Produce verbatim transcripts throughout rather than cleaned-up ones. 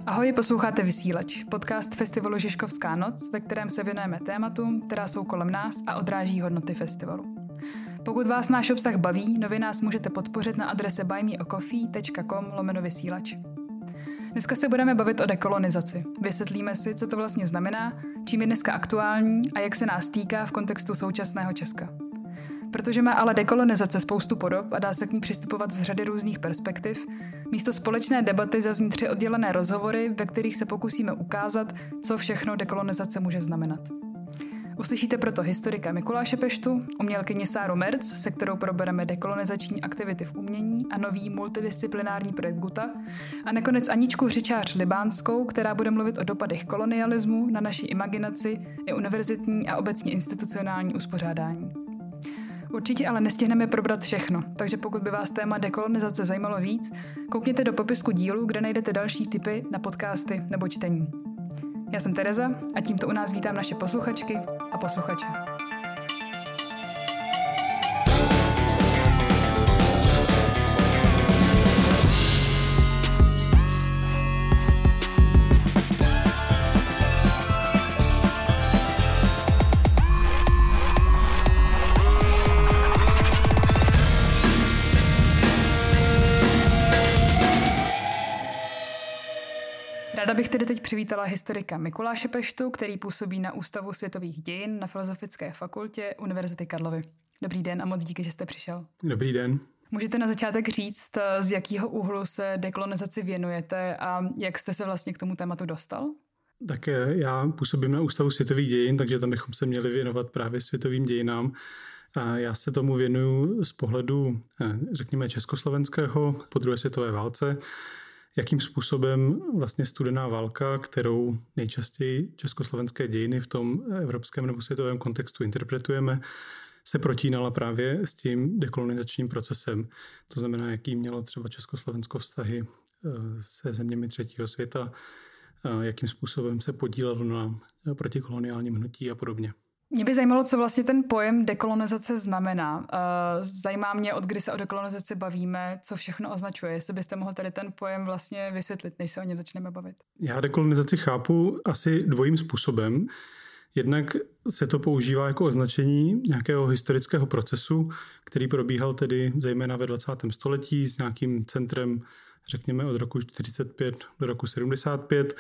Ahoj, posloucháte Vysílač, podcast festivalu Žižkovská noc, ve kterém se věnujeme tématům, která jsou kolem nás a odráží hodnoty festivalu. Pokud vás náš obsah baví, nově nás můžete podpořit na adrese buymeacoffee tečka com lomeno vysílač. Dneska se budeme bavit o dekolonizaci. Vysvětlíme si, co to vlastně znamená, čím je dneska aktuální a jak se nás týká v kontextu současného Česka. Protože má ale dekolonizace spoustu podob a dá se k ní přistupovat z řady různých perspektiv, místo společné debaty zazní tři oddělené rozhovory, ve kterých se pokusíme ukázat, co všechno dekolonizace může znamenat. Uslyšíte proto historika Mikuláše Peštu, umělkyni Sáru Merc, se kterou probereme dekolonizační aktivity v umění a nový multidisciplinární projekt Guta, a nakonec Aničku Hřičář-Libánskou, která bude mluvit o dopadech kolonialismu na naši imaginaci i univerzitní a obecně institucionální uspořádání. Určitě ale nestihneme probrat všechno, takže pokud by vás téma dekolonizace zajímalo víc, koukněte do popisku dílu, kde najdete další tipy na podcasty nebo čtení. Já jsem Tereza a tímto u nás vítám naše posluchačky a posluchače. Ráda bych tedy teď přivítala historika Mikuláše Peštu, který působí na Ústavu světových dějin na Filozofické fakultě Univerzity Karlovy. Dobrý den a moc díky, že jste přišel. Dobrý den. Můžete na začátek říct, z jakého úhlu se dekolonizaci věnujete a jak jste se vlastně k tomu tématu dostal? Tak já působím na Ústavu světových dějin, takže tam bychom se měli věnovat právě světovým dějinám. A já se tomu věnuju z pohledu, řekněme, československého po druhé světové válce. Jakým způsobem vlastně studená válka, kterou nejčastěji československé dějiny v tom evropském nebo světovém kontextu interpretujeme, se protínala právě s tím dekolonizačním procesem. To znamená, jaký mělo třeba Československo vztahy se zeměmi třetího světa, jakým způsobem se podílelo na protikoloniálním hnutí a podobně. Mě by zajímalo, co vlastně ten pojem dekolonizace znamená. Zajímá mě, od kdy se o dekolonizaci bavíme, co všechno označuje. Jestli byste mohl tady ten pojem vlastně vysvětlit, než se o něm začneme bavit. Já dekolonizaci chápu asi dvojím způsobem. Jednak se to používá jako označení nějakého historického procesu, který probíhal tedy zejména ve dvacátém století s nějakým centrem, řekněme, od roku čtyřicet pět do roku sedmdesát pět.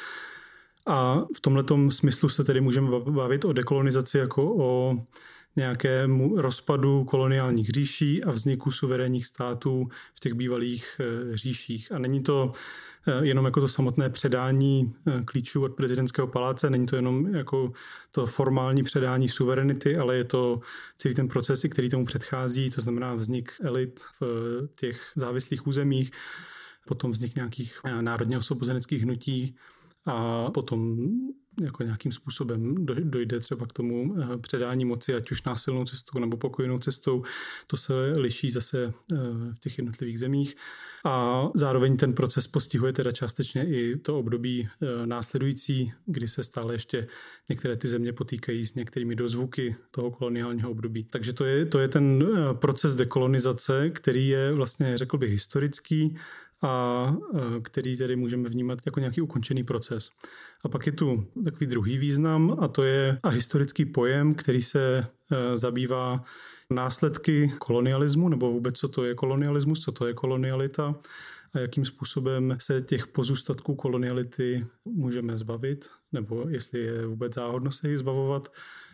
A v tomhletom smyslu se tedy můžeme bavit o dekolonizaci jako o nějakému rozpadu koloniálních říší a vzniku suverénních států v těch bývalých říších. A není to jenom jako to samotné předání klíčů od prezidentského paláce, není to jenom jako to formální předání suverenity, ale je to celý ten proces, který tomu předchází, to znamená vznik elit v těch závislých územích, potom vznik nějakých národně osvobozeneckých hnutí, a potom jako nějakým způsobem dojde třeba k tomu předání moci, ať už násilnou cestou nebo pokojnou cestou. To se liší zase v těch jednotlivých zemích. A zároveň ten proces postihuje teda částečně i to období následující, kdy se stále ještě některé ty země potýkají s některými dozvuky toho koloniálního období. Takže to je, to je ten proces dekolonizace, který je vlastně, řekl bych, historický, a který tedy můžeme vnímat jako nějaký ukončený proces. A pak je tu takový druhý význam a to je a historický pojem, který se zabývá následky kolonialismu nebo vůbec co to je kolonialismus, co to je kolonialita a jakým způsobem se těch pozůstatků koloniality můžeme zbavit nebo jestli je vůbec záhodno se jich zbavovat.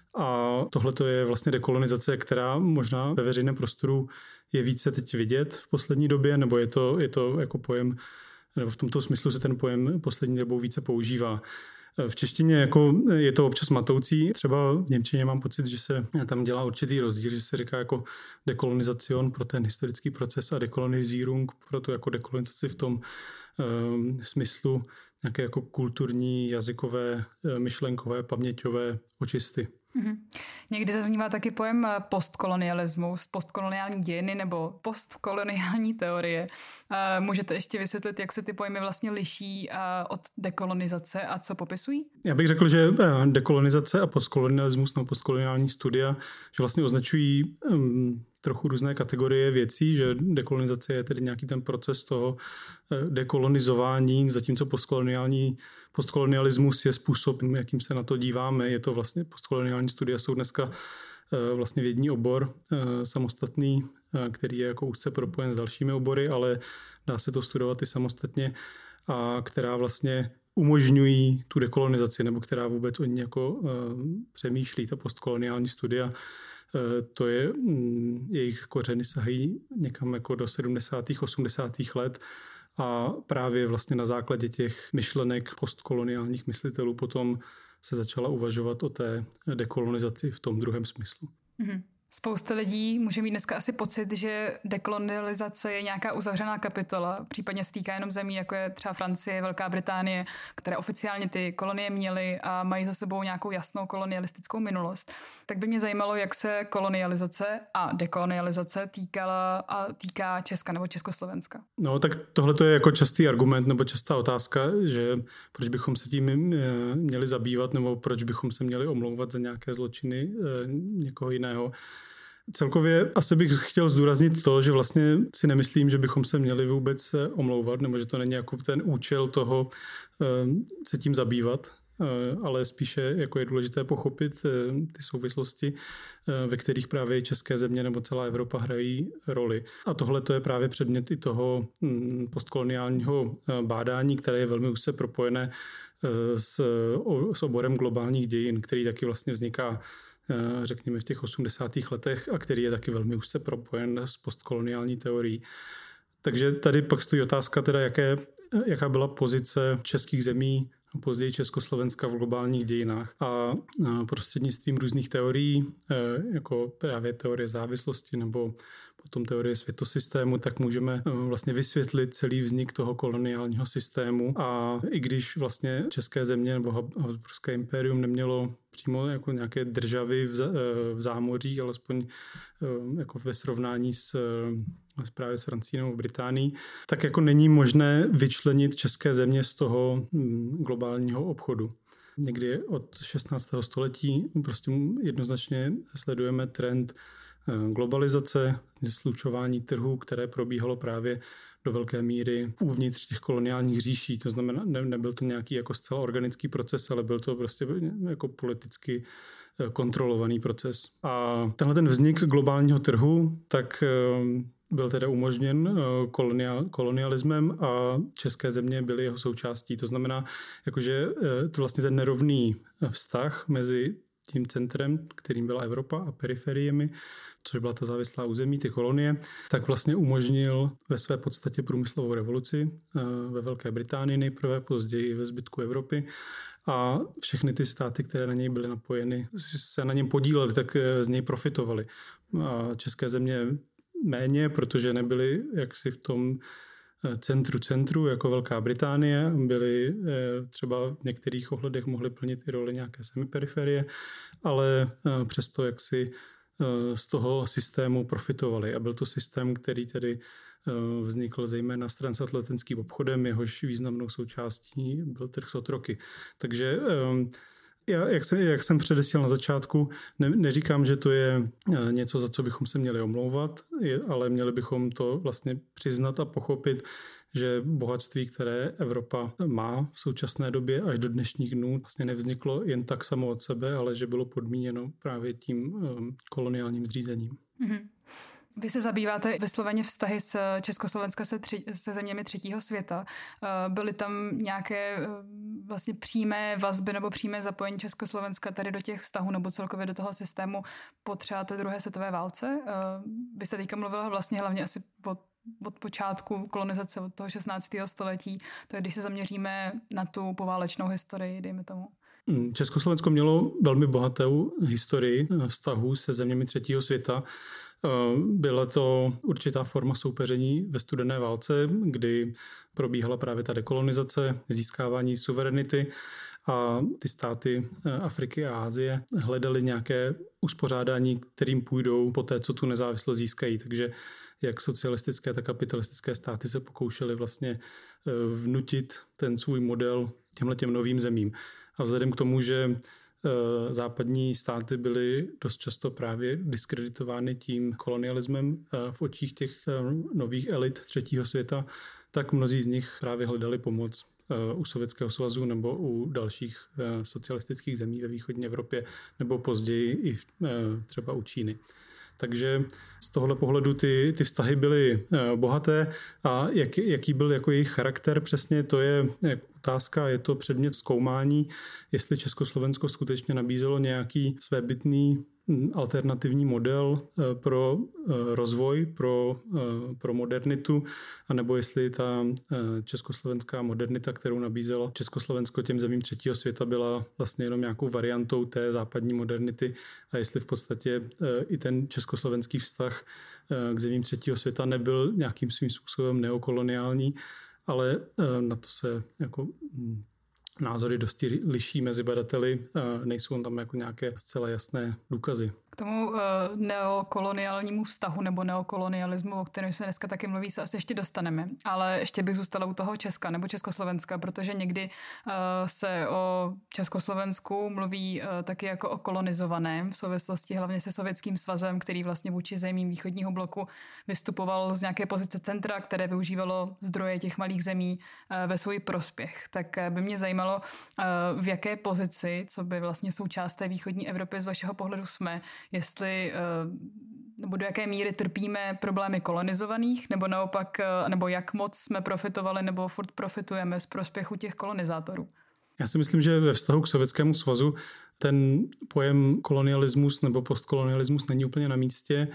A tohle je vlastně dekolonizace, která možná ve veřejném prostoru je více teď vidět v poslední době, nebo je to, je to jako pojem, nebo v tomto smyslu se ten pojem poslední dobou více používá. V češtině jako je to občas matoucí, třeba v němčině mám pocit, že se tam dělá určitý rozdíl, že se říká jako dekolonizacion pro ten historický proces a dekolonizierung pro tu jako dekolonizaci v tom um, smyslu nějaké jako kulturní, jazykové, myšlenkové, paměťové očisty. Mm-hmm. Někdy zaznívá taky pojem postkolonialismus, postkoloniální dějiny nebo postkoloniální teorie. Můžete ještě vysvětlit, jak se ty pojmy vlastně liší od dekolonizace a co popisují? Já bych řekl, že dekolonizace a postkolonialismus nebo postkoloniální studia, že vlastně označují trochu různé kategorie věcí, že dekolonizace je tedy nějaký ten proces toho dekolonizování, zatímco postkoloniální, postkolonialismus je způsob, jakým se na to díváme. Je to vlastně postkoloniální studia jsou dneska vlastně vědní obor samostatný, který je jako úzce propojen s dalšími obory, ale dá se to studovat i samostatně, a která vlastně umožňují tu dekolonizaci, nebo která vůbec o ní jako uh, přemýšlí, ta postkoloniální studia. Uh, to je, um, jejich kořeny sahají někam jako do sedmdesátých osmdesátých let a právě vlastně na základě těch myšlenek postkoloniálních myslitelů potom se začala uvažovat o té dekolonizaci v tom druhém smyslu. Mm-hmm. Spousta lidí může mít dneska asi pocit, že dekolonializace je nějaká uzavřená kapitola, případně se týká jenom zemí, jako je třeba Francie, Velká Británie, které oficiálně ty kolonie měly a mají za sebou nějakou jasnou kolonialistickou minulost. Tak by mě zajímalo, jak se kolonializace a dekolonializace týkala a týká Česka nebo Československa. No tak tohle je jako častý argument nebo častá otázka, že proč bychom se tím měli zabývat nebo proč bychom se měli omlouvat za nějaké zločiny někoho jiného. Celkově asi bych chtěl zdůraznit to, že vlastně si nemyslím, že bychom se měli vůbec omlouvat, nebo že to není jako ten účel toho se tím zabývat, ale spíše jako je důležité pochopit ty souvislosti, ve kterých právě české země nebo celá Evropa hrají roli. A tohle to je právě předmět i toho postkoloniálního bádání, které je velmi úzce propojené s, s oborem globálních dějin, který taky vlastně vzniká řekněme v těch osmdesátých letech a který je taky velmi úzce propojen s postkoloniální teorií. Takže tady pak stojí otázka, teda jaké, jaká byla pozice českých zemí, později Československa v globálních dějinách. A prostřednictvím různých teorií, jako právě teorie závislosti nebo potom teorie světosystému, tak můžeme vlastně vysvětlit celý vznik toho koloniálního systému. A i když vlastně české země nebo Habsburské impérium nemělo přímo jako nějaké državy v zámoří, alespoň jako ve srovnání s právě s Francií nebo Británií, tak jako není možné vyčlenit české země z toho globálního obchodu. Někdy od šestnáctého století prostě jednoznačně sledujeme trend globalizace, slučování trhů, které probíhalo právě do velké míry uvnitř těch koloniálních říší. To znamená, ne, nebyl to nějaký jako zcela organický proces, ale byl to prostě jako politicky kontrolovaný proces. A tenhle ten vznik globálního trhu, tak byl teda umožněn kolonial, kolonialismem a české země byly jeho součástí. To znamená, jakože to vlastně ten nerovný vztah mezi tím centrem, kterým byla Evropa, a periferiemi, což byla ta závislá území, ty kolonie, tak vlastně umožnil ve své podstatě průmyslovou revoluci ve Velké Británii nejprve, později ve zbytku Evropy. A všechny ty státy, které na něj byly napojeny, se na něm podílely, tak z něj profitovaly. A české země méně, protože nebyly jaksi v tom centru centru, jako Velká Británie, byly třeba v některých ohledech mohly plnit i roli nějaké semiperiferie, ale přesto jaksi z toho systému profitovali. A byl to systém, který tedy vznikl zejména s transatlantickým obchodem, jehož významnou součástí byl trh s otroky. Takže já, jak, jsem, jak jsem předesíl na začátku, ne, neříkám, že to je něco, za co bychom se měli omlouvat, je, ale měli bychom to vlastně přiznat a pochopit, že bohatství, které Evropa má v současné době až do dnešních dnů, vlastně nevzniklo jen tak samo od sebe, ale že bylo podmíněno právě tím um, koloniálním zřízením. Mm-hmm. Vy se zabýváte vysloveně vztahy s Československa se, tři, se zeměmi třetího světa. Byly tam nějaké vlastně přímé vazby nebo přímé zapojení Československa tady do těch vztahů nebo celkově do toho systému po třeba té druhé světové válce? Vy jste teďka mluvila vlastně hlavně asi od, od počátku kolonizace, od toho šestnáctého století, tak když se zaměříme na tu poválečnou historii, dejme tomu. Československo mělo velmi bohatou historii vztahů se zeměmi třetího světa. Byla to určitá forma soupeření ve studené válce, kdy probíhala právě ta dekolonizace, získávání suverenity a ty státy Afriky a Asie hledaly nějaké uspořádání, kterým půjdou po té, co tu nezávislost získají. Takže jak socialistické, tak kapitalistické státy se pokoušely vlastně vnutit ten svůj model těmhletěm novým zemím. A vzhledem k tomu, že západní státy byly dost často právě diskreditovány tím kolonialismem v očích těch nových elit třetího světa, tak mnozí z nich právě hledali pomoc u Sovětského svazu nebo u dalších socialistických zemí ve východní Evropě nebo později i třeba u Číny. Takže z tohohle pohledu ty, ty vztahy byly bohaté a jak, jaký byl jako jejich charakter přesně, to je otázka, je to předmět zkoumání, jestli Československo skutečně nabízelo nějaký svébytný alternativní model pro rozvoj, pro, pro modernitu, anebo jestli ta československá modernita, kterou nabízelo Československo těm zemím třetího světa, byla vlastně jenom nějakou variantou té západní modernity a jestli v podstatě i ten československý vztah k zemím třetího světa nebyl nějakým svým způsobem neokoloniální, ale na to se jako názory dosti liší mezi badateli, nejsou tam jako nějaké zcela jasné důkazy. K tomu uh, neokoloniálnímu vztahu nebo neokolonialismu, o kterém se dneska taky mluví, se asi ještě dostaneme. Ale ještě bych zůstala u toho Česka nebo Československa, protože někdy uh, se o Československu mluví uh, taky jako o kolonizovaném v souvislosti hlavně se Sovětským svazem, který vlastně vůči zemím východního bloku vystupoval z nějaké pozice centra, které využívalo zdroje těch malých zemí uh, ve svůj prospěch. Tak uh, by mě zajímalo, uh, v jaké pozici, co by vlastně součást té východní Evropy z vašeho pohledu jsme, jestli nebo do jaké míry trpíme problémy kolonizovaných, nebo naopak, nebo jak moc jsme profitovali nebo furt profitujeme z prospěchu těch kolonizátorů. Já si myslím, že ve vztahu k Sovětskému svazu ten pojem kolonialismus nebo postkolonialismus není úplně na místě,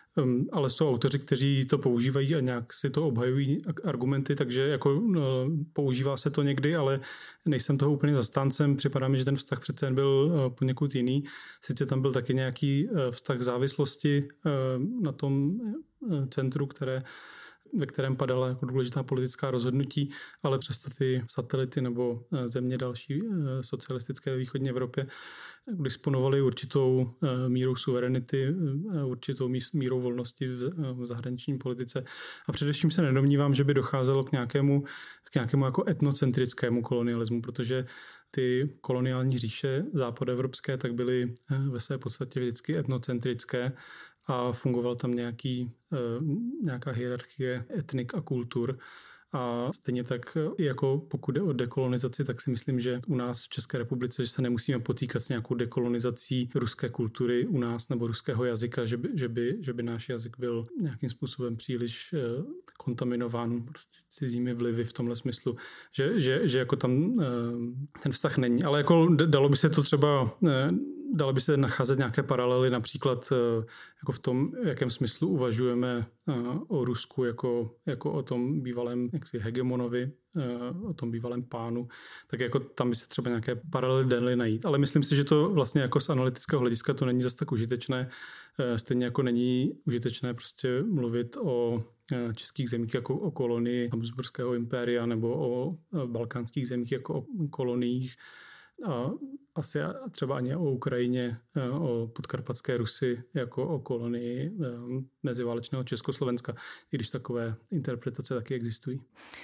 ale jsou autoři, kteří to používají a nějak si to obhajují argumenty, takže jako používá se to někdy, ale nejsem toho úplně zastáncem. Připadá mi, že ten vztah přece jen byl poněkud jiný. Sice tam byl taky nějaký vztah závislosti na tom centru, které ve kterém padala jako důležitá politická rozhodnutí, ale přesto ty satelity nebo země další socialistické ve východní Evropě disponovaly určitou mírou suverenity, určitou mírou volnosti v zahraniční politice. A především se nedomnívám, že by docházelo k nějakému, k nějakému jako etnocentrickému kolonialismu, protože ty koloniální říše západoevropské tak byly ve své podstatě vždycky etnocentrické a fungoval tam nějaký, nějaká hierarchie etnik a kultur. A stejně tak jako pokud jde o dekolonizaci, tak si myslím, že u nás v České republice, že se nemusíme potýkat s nějakou dekolonizací ruské kultury u nás nebo ruského jazyka, že by, že by, že by náš jazyk byl nějakým způsobem příliš kontaminován prostě cizími vlivy v tomhle smyslu, že, že, že jako tam ten vztah není. Ale jako dalo by se to třeba dalo by se nacházet nějaké paralely například jako v tom, v jakém smyslu uvažujeme o Rusku jako, jako o tom bývalém jaksi hegemonovi, o tom bývalém pánu, tak jako tam by se třeba nějaké paralely daly najít. Ale myslím si, že to vlastně jako z analytického hlediska to není zase tak užitečné. Stejně jako není užitečné prostě mluvit o českých zemích jako o kolonii Habsburského impéria nebo o balkánských zemích jako o koloniích. A asi třeba ani o Ukrajině, o podkarpatské Rusy jako o kolonii meziválečného Československa, i když takové interpretace taky existují.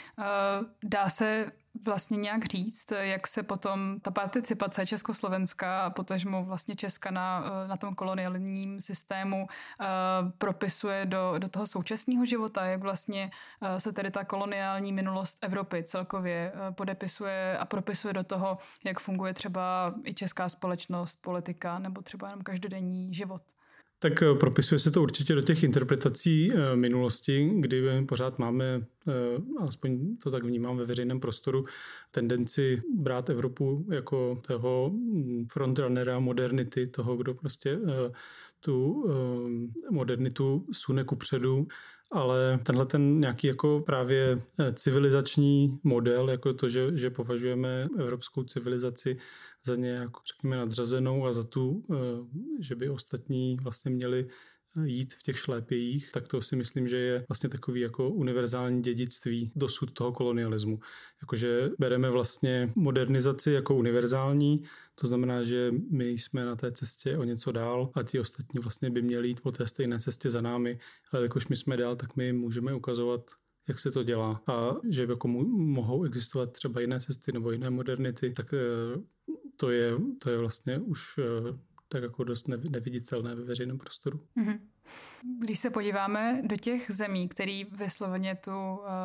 Dá se vlastně nějak říct, jak se potom ta participace Československa a potažmo vlastně Česka na, na tom koloniálním systému uh, propisuje do, do toho současného života, jak vlastně uh, se tedy ta koloniální minulost Evropy celkově uh, podepisuje a propisuje do toho, jak funguje třeba i česká společnost, politika nebo třeba jenom každodenní život. Tak propisuje se to určitě do těch interpretací minulosti, kdy pořád máme, alespoň to tak vnímám ve veřejném prostoru, tendenci brát Evropu jako toho frontrunnera modernity, toho, kdo prostě tu modernitu sune kupředu, ale tenhle ten nějaký jako právě civilizační model, jako to, že, že považujeme evropskou civilizaci za nějak, řekněme, nadřazenou a za tu, že by ostatní vlastně měli jít v těch šlépějích, tak to si myslím, že je vlastně takový jako univerzální dědictví dosud toho kolonialismu. Jakože bereme vlastně modernizaci jako univerzální, to znamená, že my jsme na té cestě o něco dál a ti ostatní vlastně by měli jít po té stejné cestě za námi, ale jakož my jsme dál, tak my můžeme ukazovat, jak se to dělá a že jako mohou existovat třeba jiné cesty nebo jiné modernity, tak to je, to je vlastně už tak jako dost neviditelné ve veřejném prostoru. Mm-hmm. Když se podíváme do těch zemí, které vysloveně tu,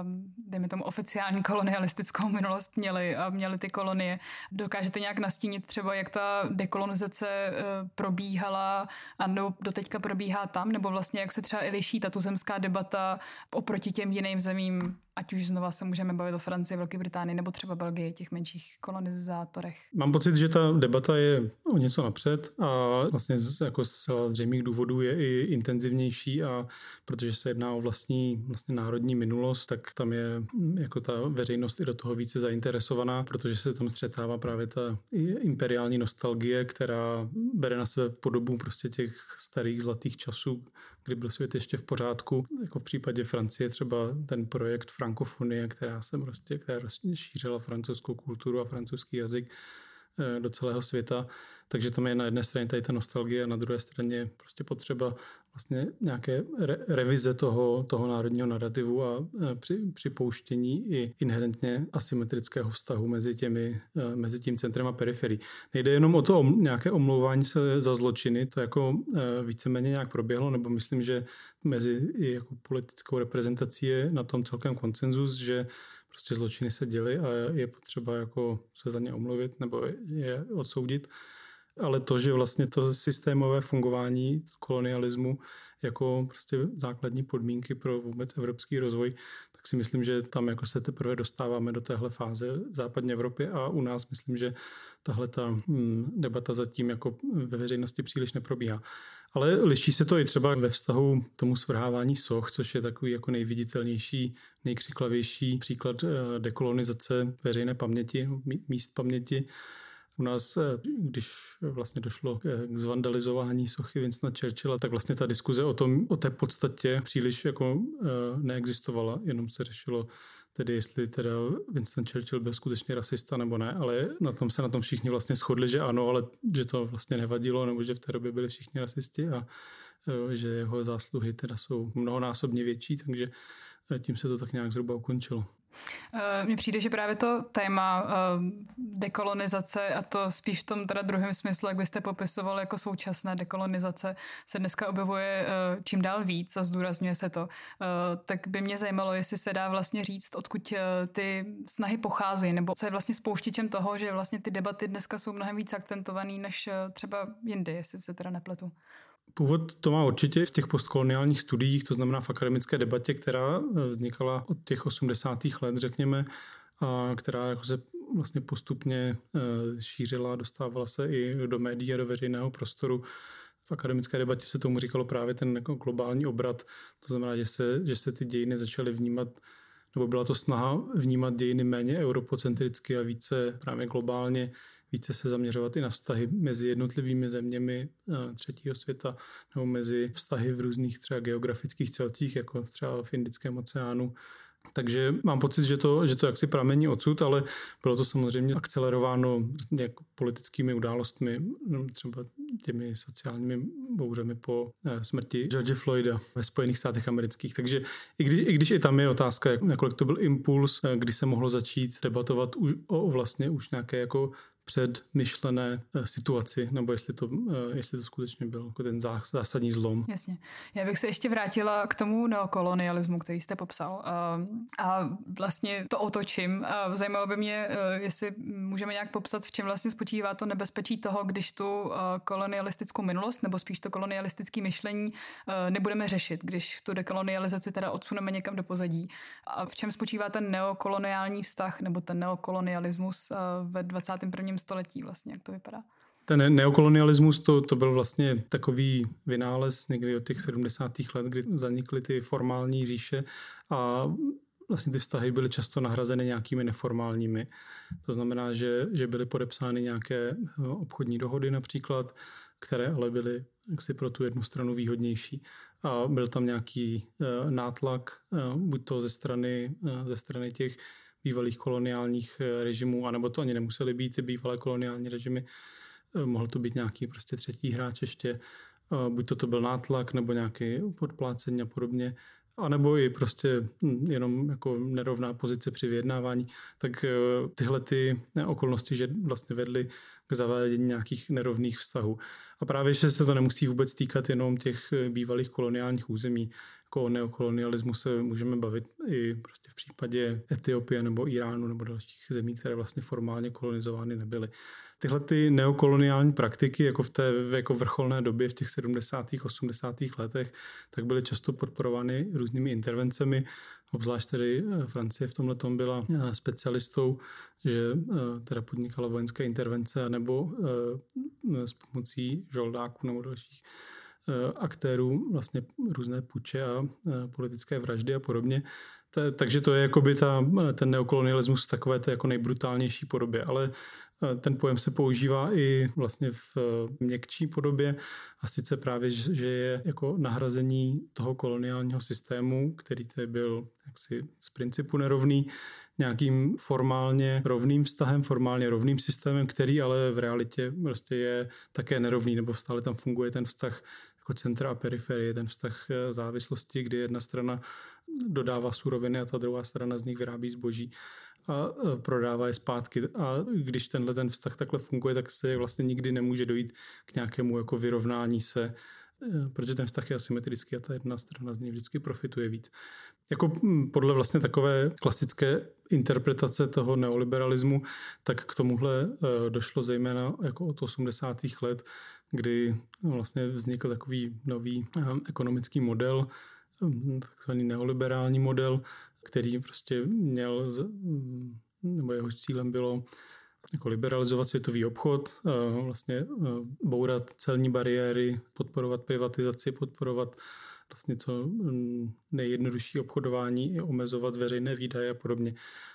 dejme tomu, oficiální kolonialistickou minulost měly a měly ty kolonie, dokážete nějak nastínit třeba, jak ta dekolonizace probíhala a nebo doteďka probíhá tam, nebo vlastně jak se třeba i liší ta tuzemská debata oproti těm jiným zemím, ať už znova se můžeme bavit o Francii, Velké Británii nebo třeba Belgii, těch menších kolonizátorech. Mám pocit, že ta debata je o něco napřed a vlastně z, jako z zřejmých důvodů je i intenzivnější, a protože se jedná o vlastní vlastně národní minulost, tak tam je jako ta veřejnost i do toho více zainteresovaná, protože se tam střetává právě ta imperiální nostalgie, která bere na sebe podobu prostě těch starých zlatých časů, kdy byl svět ještě v pořádku. Jako v případě Francie třeba ten projekt frankofonie, která se prostě, která šířila francouzskou kulturu a francouzský jazyk do celého světa. Takže tam je na jedné straně tady ta nostalgie a na druhé straně prostě potřeba vlastně nějaké re- revize toho, toho národního narrativu a při, připouštění i inherentně asymetrického vztahu mezi, těmi, mezi tím centrem a periferií. Nejde jenom o to nějaké omlouvání se za zločiny, to jako víceméně nějak proběhlo, nebo myslím, že mezi i jako politickou reprezentací je na tom celkem konsenzus, že prostě zločiny se děly a je potřeba jako se za ně omluvit nebo je odsoudit. Ale to, že vlastně to systémové fungování kolonialismu jako prostě základní podmínky pro vůbec evropský rozvoj, tak si myslím, že tam jako se teprve dostáváme do téhle fáze v západní Evropě a u nás myslím, že tahle ta hm, debata zatím jako ve veřejnosti příliš neprobíhá. Ale liší se to i třeba ve vztahu k tomu svrhávání soch, což je takový jako nejviditelnější, nejkřiklavější příklad dekolonizace veřejné paměti, míst paměti. U nás, když vlastně došlo k zvandalizování sochy Winstona Churchilla, tak vlastně ta diskuze o tom, o té podstatě příliš jako neexistovala, jenom se řešilo tedy, jestli teda Winston Churchill byl skutečně rasista nebo ne, ale na tom se na tom všichni vlastně shodli, že ano, ale že to vlastně nevadilo, nebo že v té době byli všichni rasisti a že jeho zásluhy teda jsou mnohonásobně větší, takže tím se to tak nějak zhruba ukončilo. Mně přijde, že právě to téma dekolonizace a to spíš v tom teda druhém smyslu, jak byste popisoval jako současná dekolonizace, se dneska objevuje čím dál víc a zdůrazňuje se to. Tak by mě zajímalo, jestli se dá vlastně říct, odkud ty snahy pocházejí, nebo co je vlastně spouštěčem toho, že vlastně ty debaty dneska jsou mnohem víc akcentovaný než třeba jindy, jestli se teda nepletu. Původ to má určitě v těch postkoloniálních studiích, to znamená v akademické debatě, která vznikala od těch osmdesátých let, řekněme, a která jako se vlastně postupně šířila, dostávala se i do médií a do veřejného prostoru. V akademické debatě se tomu říkalo právě ten jako globální obrat, to znamená, že se, že se ty dějiny začaly vnímat, nebo byla to snaha vnímat dějiny méně europocentricky a více právě globálně, více se zaměřovat i na vztahy mezi jednotlivými zeměmi třetího světa nebo mezi vztahy v různých třeba geografických celcích, jako třeba v Indickém oceánu. Takže mám pocit, že to, že to jaksi pramení odsud, ale bylo to samozřejmě akcelerováno jako politickými událostmi, třeba těmi sociálními bouřemi po smrti George Floyda ve Spojených státech amerických. Takže i když, i když i tam je otázka, nakolik to byl impuls, kdy se mohlo začít debatovat o vlastně už nějaké jako předmyšlené situaci, nebo jestli to, jestli to skutečně byl jako ten zásadní zlom. Jasně. Já bych se ještě vrátila k tomu neokolonialismu, který jste popsal. A vlastně to otočím. Zajímalo by mě, jestli můžeme nějak popsat, v čem vlastně spočívá to nebezpečí toho, když tu kolonialistickou minulost, nebo spíš to kolonialistické myšlení nebudeme řešit, když tu dekolonializaci teda odsuneme někam do pozadí. A v čem spočívá ten neokoloniální vztah, nebo ten neokolonialismus ve dvacátém prvním století vlastně, jak to vypadá? Ten neokolonialismus, to, to byl vlastně takový vynález někdy od těch sedmdesátých let, kdy zanikly ty formální říše a vlastně ty vztahy byly často nahrazeny nějakými neformálními. To znamená, že, že byly podepsány nějaké obchodní dohody například, které ale byly jaksi pro tu jednu stranu výhodnější. A byl tam nějaký uh, nátlak, uh, buď to ze strany, uh, ze strany těch bývalých koloniálních režimů, anebo to ani nemusely být ty bývalé koloniální režimy. Mohl to být nějaký prostě třetí hráč ještě, buď to, to byl nátlak, nebo nějaké podplácení a podobně, anebo i prostě jenom jako nerovná pozice při vyjednávání. Tak tyhle ty okolnosti, že vlastně vedly k zavádění nějakých nerovných vztahů. A právě, že se to nemusí vůbec týkat jenom těch bývalých koloniálních území. Jako o neokolonialismu se můžeme bavit i prostě v případě Etiopie nebo Iránu nebo dalších zemí, které vlastně formálně kolonizovány nebyly. Tyhle ty neokoloniální praktiky, jako v té jako vrcholné době v těch sedmdesátých osmdesátých letech, tak byly často podporovány různými intervencemi. Obzvlášť tedy Francie v tomhletom byla specialistou, že teda podnikala vojenské intervence nebo s pomocí žoldáků nebo dalších aktérů vlastně různé puče a politické vraždy a podobně. Takže to je jakoby ta, ten neokolonialismus v takové té jako nejbrutálnější podobě, ale ten pojem se používá i vlastně v měkčí podobě a sice právě, že je jako nahrazení toho koloniálního systému, který tedy byl jaksi z principu nerovný, nějakým formálně rovným vztahem, formálně rovným systémem, který ale v realitě prostě je také nerovný, nebo stále tam funguje ten vztah jako centra a periferie, ten vztah závislosti, kdy jedna strana dodává suroviny a ta druhá strana z nich vyrábí zboží a prodává je zpátky. A když tenhle ten vztah takhle funguje, tak se vlastně nikdy nemůže dojít k nějakému jako vyrovnání se, protože ten vztah je asymetrický a ta jedna strana z něj vždycky profituje víc. Jako podle vlastně takové klasické interpretace toho neoliberalismu, tak k tomuhle došlo zejména jako od osmdesátých let, kdy vlastně vznikl takový nový ekonomický model, takzvaný neoliberální model, který prostě měl, nebo jeho cílem bylo jako liberalizovat světový obchod, vlastně bourat celní bariéry, podporovat privatizaci, podporovat vlastně co nejjednodušší obchodování i omezovat veřejné výdaje a podobně.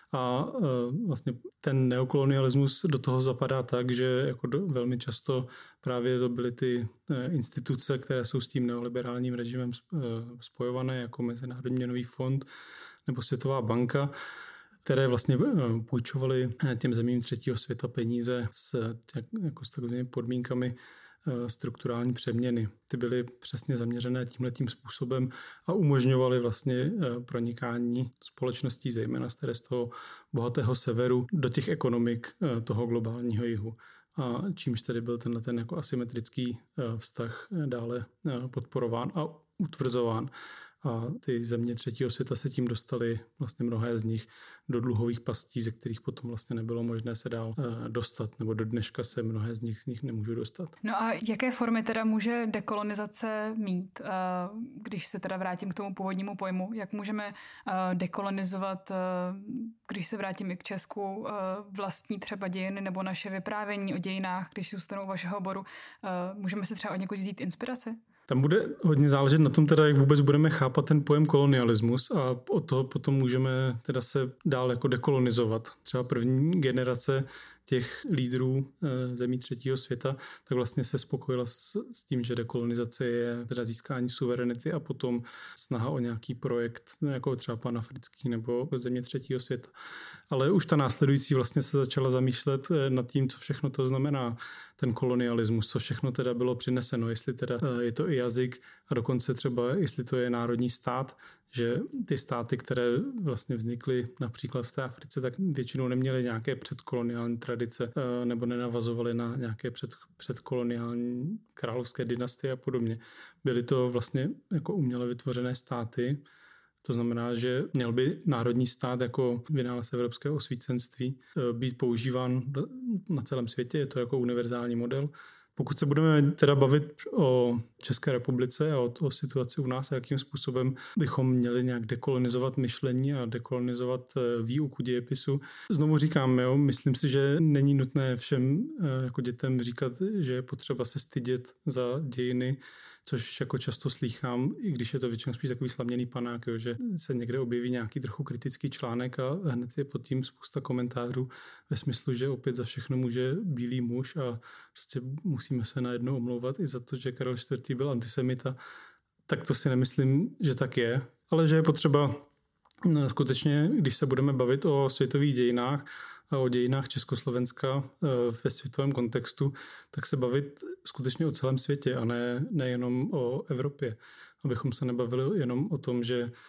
A vlastně ten neokolonialismus do toho zapadá tak, že jako do, velmi často právě to byly ty instituce, které jsou s tím neoliberálním režimem spojované, jako Mezinárodní měnový fond nebo Světová banka, které vlastně půjčovaly těm zemím třetího světa peníze s, jako s takovými podmínkami strukturální přeměny. Ty byly přesně zaměřené tímhletím způsobem a umožňovaly vlastně pronikání společností, zejména z toho bohatého severu, do těch ekonomik toho globálního jihu. A čímž tedy byl tenhle ten jako asymetrický vztah dále podporován a utvrzován. A ty země třetího světa se tím dostaly, vlastně mnohé z nich, do dluhových pastí, ze kterých potom vlastně nebylo možné se dál dostat, nebo do dneška se mnohé z nich z nich nemůžou dostat. No a jaké formy teda může dekolonizace mít? Když se teda vrátím k tomu původnímu pojmu, jak můžeme dekolonizovat, když se vrátím i k Česku, vlastní třeba dějiny nebo naše vyprávění o dějinách, když zůstanou vašeho oboru, můžeme si třeba od někud vzít inspiraci? Tam bude hodně záležet na tom, teda, jak vůbec budeme chápat ten pojem kolonialismus a od toho potom můžeme teda se dál jako dekolonizovat. Třeba první generace těch lídrů zemí třetího světa, tak vlastně se spokojila s, s tím, že dekolonizace je teda získání suverenity a potom snaha o nějaký projekt, jako třeba panafrický nebo země třetího světa. Ale už ta následující vlastně se začala zamýšlet nad tím, co všechno to znamená ten kolonialismus, co všechno teda bylo přineseno, jestli teda je to i jazyk a dokonce třeba, jestli to je národní stát, že ty státy, které vlastně vznikly například v té Africe, tak většinou neměly nějaké předkoloniální tradice nebo nenavazovaly na nějaké před, předkoloniální královské dynastie a podobně. Byly to vlastně jako uměle vytvořené státy. To znamená, že měl by národní stát jako vynález evropského osvícenství být používán na celém světě. Je to jako univerzální model. Pokud se budeme teda bavit o České republice a o, o situaci u nás a jakým způsobem bychom měli nějak dekolonizovat myšlení a dekolonizovat výuku dějepisu. Znovu říkám, jo, myslím si, že není nutné všem jako dětem říkat, že je potřeba se stydět za dějiny, což jako často slýchám, i když je to většinou spíš takový slaměný panák, jo, že se někde objeví nějaký trochu kritický článek a hned je pod tím spousta komentářů ve smyslu, že opět za všechno může bílý muž a prostě musíme se najednou omlouvat i za to, že Karel čtvrtý byl antisemita. Tak to si nemyslím, že tak je, ale že je potřeba skutečně, když se budeme bavit o světových dějinách a o dějinách Československa ve světovém kontextu, tak se bavit skutečně o celém světě a ne, nejenom o Evropě. Abychom se nebavili jenom o tom, že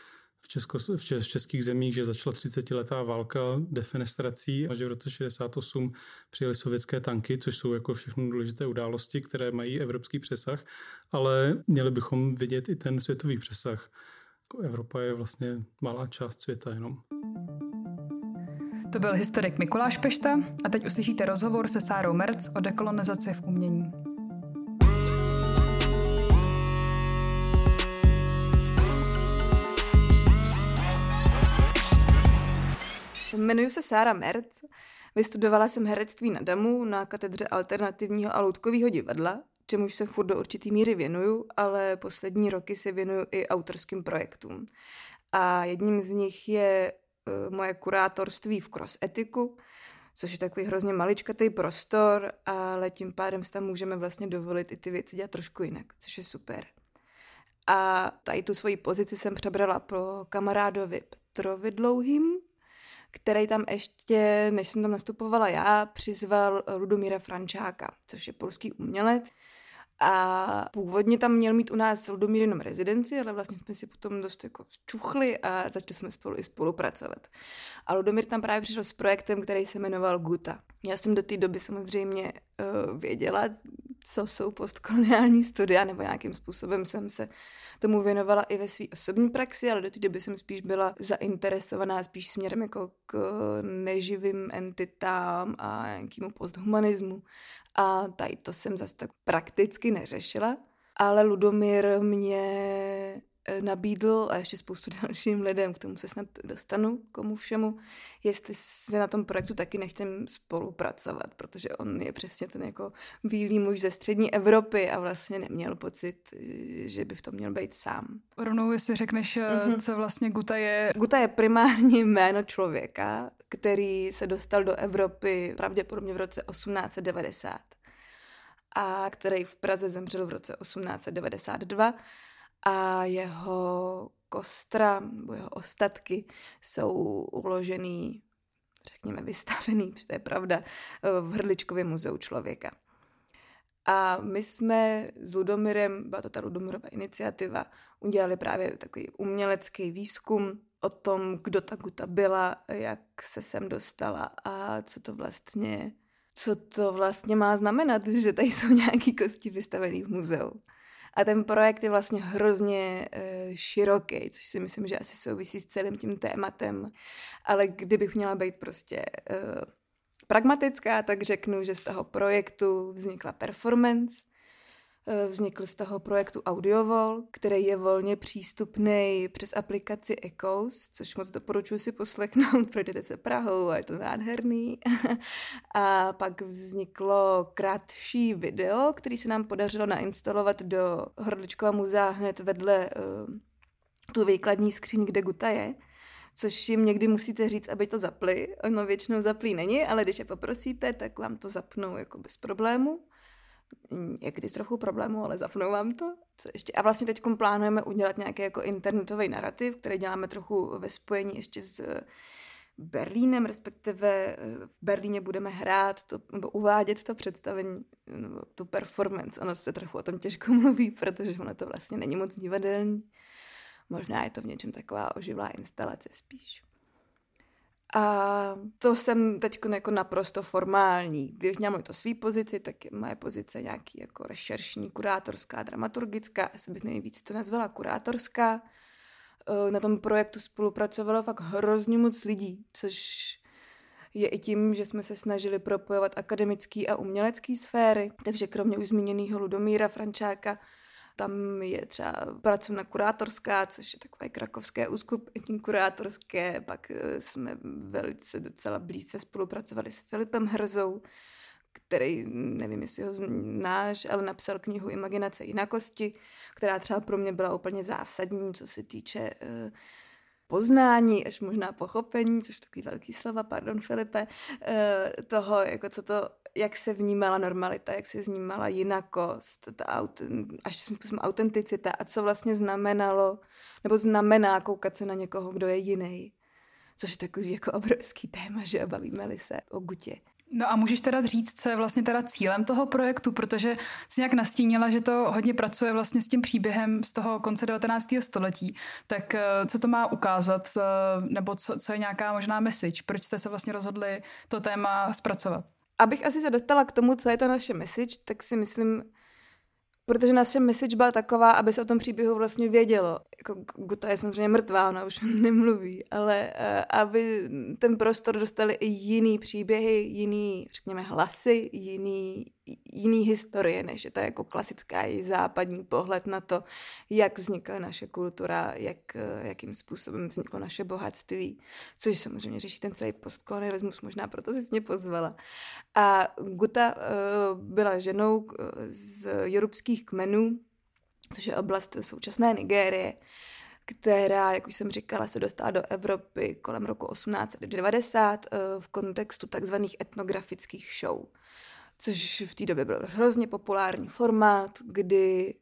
v, Česko, v, čes, v českých zemích, že začala třicetiletá válka defenestrací a že v roce šedesát osm přijeli sovětské tanky, což jsou jako všechno důležité události, které mají evropský přesah, ale měli bychom vidět i ten světový přesah. Evropa je vlastně malá část světa jenom. To byl historik Mikuláš Pešta a teď uslyšíte rozhovor se Sárou Merc o dekolonizaci v umění. Jmenuji se Sára Merc, vystudovala jsem herectví na DAMu na katedře alternativního a loutkového divadla, čemuž se furt do určitý míry věnuju, ale poslední roky se věnuju i autorským projektům. A jedním z nich je uh, moje kurátorství v Cross Etiku, což je takový hrozně maličkatý prostor, ale tím pádem si tam můžeme vlastně dovolit i ty věci dělat trošku jinak, což je super. A tady tu svoji pozici jsem přebrala po kamarádovi Petrovi Dlouhým, který tam ještě, než jsem tam nastupovala já, přizval Ludomíra Frančáka, což je polský umělec. A původně tam měl mít u nás Ludomír jenom rezidenci, ale vlastně jsme si potom dost jako čuchli a začali jsme spolu i spolupracovat. A Ludomír tam právě přišel s projektem, který se jmenoval Guta. Já jsem do té doby samozřejmě uh, věděla, co jsou postkoloniální studia, nebo nějakým způsobem jsem se tomu věnovala i ve své osobní praxi, ale do té doby jsem spíš byla zainteresovaná spíš směrem jako k neživým entitám a nějakému posthumanismu. A tady to jsem zase tak prakticky neřešila, ale Ludomír mě nabídl a ještě spoustu dalším lidem, k tomu se snad dostanu, komu všemu, jestli se na tom projektu taky nechtěm spolupracovat, protože on je přesně ten jako bílý muž ze střední Evropy a vlastně neměl pocit, že by v tom měl být sám. Rovnou, jestli řekneš, mm-hmm. co vlastně Guta je. Guta je primárně jméno člověka, který se dostal do Evropy pravděpodobně v roce osmnáct set devadesát a který v Praze zemřel v roce osmnáct set devadesát dva. A jeho kostra, nebo jeho ostatky jsou uložený, řekněme vystavený, protože to je pravda, v Hrdličkově muzeu člověka. A my jsme s Ludomírem, byla to ta Ludomírova iniciativa, udělali právě takový umělecký výzkum o tom, kdo ta Guta byla, jak se sem dostala a co to vlastně, co to vlastně má znamenat, že tady jsou nějaký kosti vystavený v muzeu. A ten projekt je vlastně hrozně uh, široký, což si myslím, že asi souvisí s celým tím tématem. Ale kdybych měla být prostě uh, pragmatická, tak řeknu, že z toho projektu vznikla performance, uh, vznikl z toho projektu Audiovol, který je volně přístupný přes aplikaci Echoes, což moc doporučuji si poslechnout, projdete se Prahou a je to nádherný. A pak vzniklo krátší video, který se nám podařilo nainstalovat do Hrdličkova muzea hned vedle uh, tu výkladní skříň, kde Guta je, což jim někdy musíte říct, aby to zapli. Ono většinou zaplý není, ale když je poprosíte, tak vám to zapnou jako bez problému. Někdy s trochu problémů, ale zapnou vám to. Co ještě? A vlastně teď plánujeme udělat nějaký jako internetový narrativ, který děláme trochu ve spojení ještě s Berlínem, respektive v Berlíně budeme hrát to, nebo uvádět to představení, nebo tu performance. Ono se trochu o tom těžko mluví, protože ono to vlastně není moc divadelní. Možná je to v něčem taková oživlá instalace spíš. A to jsem teď jako naprosto formální. Když měla to svý pozici, tak je moje pozice nějaký jako rešeršní, kurátorská, dramaturgická. Já bych nejvíc to nazvala kurátorská. Na tom projektu spolupracovalo fakt hrozně moc lidí, což je i tím, že jsme se snažili propojovat akademický a umělecký sféry. Takže kromě už zmíněného Ludomíra Frančáka, tam je třeba pracovna kurátorská, což je takové krakovské uskupení kurátorské, pak jsme velice docela blízce spolupracovali s Filipem Hrzou, který, nevím, jestli ho znáš, ale napsal knihu Imaginace jinakosti, která třeba pro mě byla úplně zásadní, co se týče uh, poznání, až možná pochopení, což takový velký slova, pardon Filipe, uh, toho, jako co to, jak se vnímala normalita, jak se vnímala jinakost, ta autent, až způsobem autenticita a co vlastně znamenalo, nebo znamená koukat se na někoho, kdo je jiný. Což je takový jako obrovský téma, že bavíme-li se o Gutě. No a můžeš teda říct, co je vlastně teda cílem toho projektu, protože jsi nějak nastínila, že to hodně pracuje vlastně s tím příběhem z toho konce devatenáctého století. Tak co to má ukázat, nebo co, co je nějaká možná message? Proč jste se vlastně rozhodli to téma zpracovat? Abych asi se dostala k tomu, co je ta naše message, tak si myslím, protože naše message byla taková, aby se o tom příběhu vlastně vědělo. Jako Guta je samozřejmě mrtvá, ona už nemluví, ale uh, aby ten prostor dostali i jiný příběhy, jiný, řekněme, hlasy, jiný, jiný historie, než je to jako klasická i západní pohled na to, jak vznikla naše kultura, jak, uh, jakým způsobem vzniklo naše bohatství, což samozřejmě řeší ten celý postkolonialismus, možná proto jsi mě pozvala. A Guta uh, byla ženou z jorubských kmenů, což je oblast současné Nigérie, která, jak už jsem říkala, se dostala do Evropy kolem roku osmnáct devadesát v kontextu takzvaných etnografických show, což v té době byl hrozně populární formát, kdy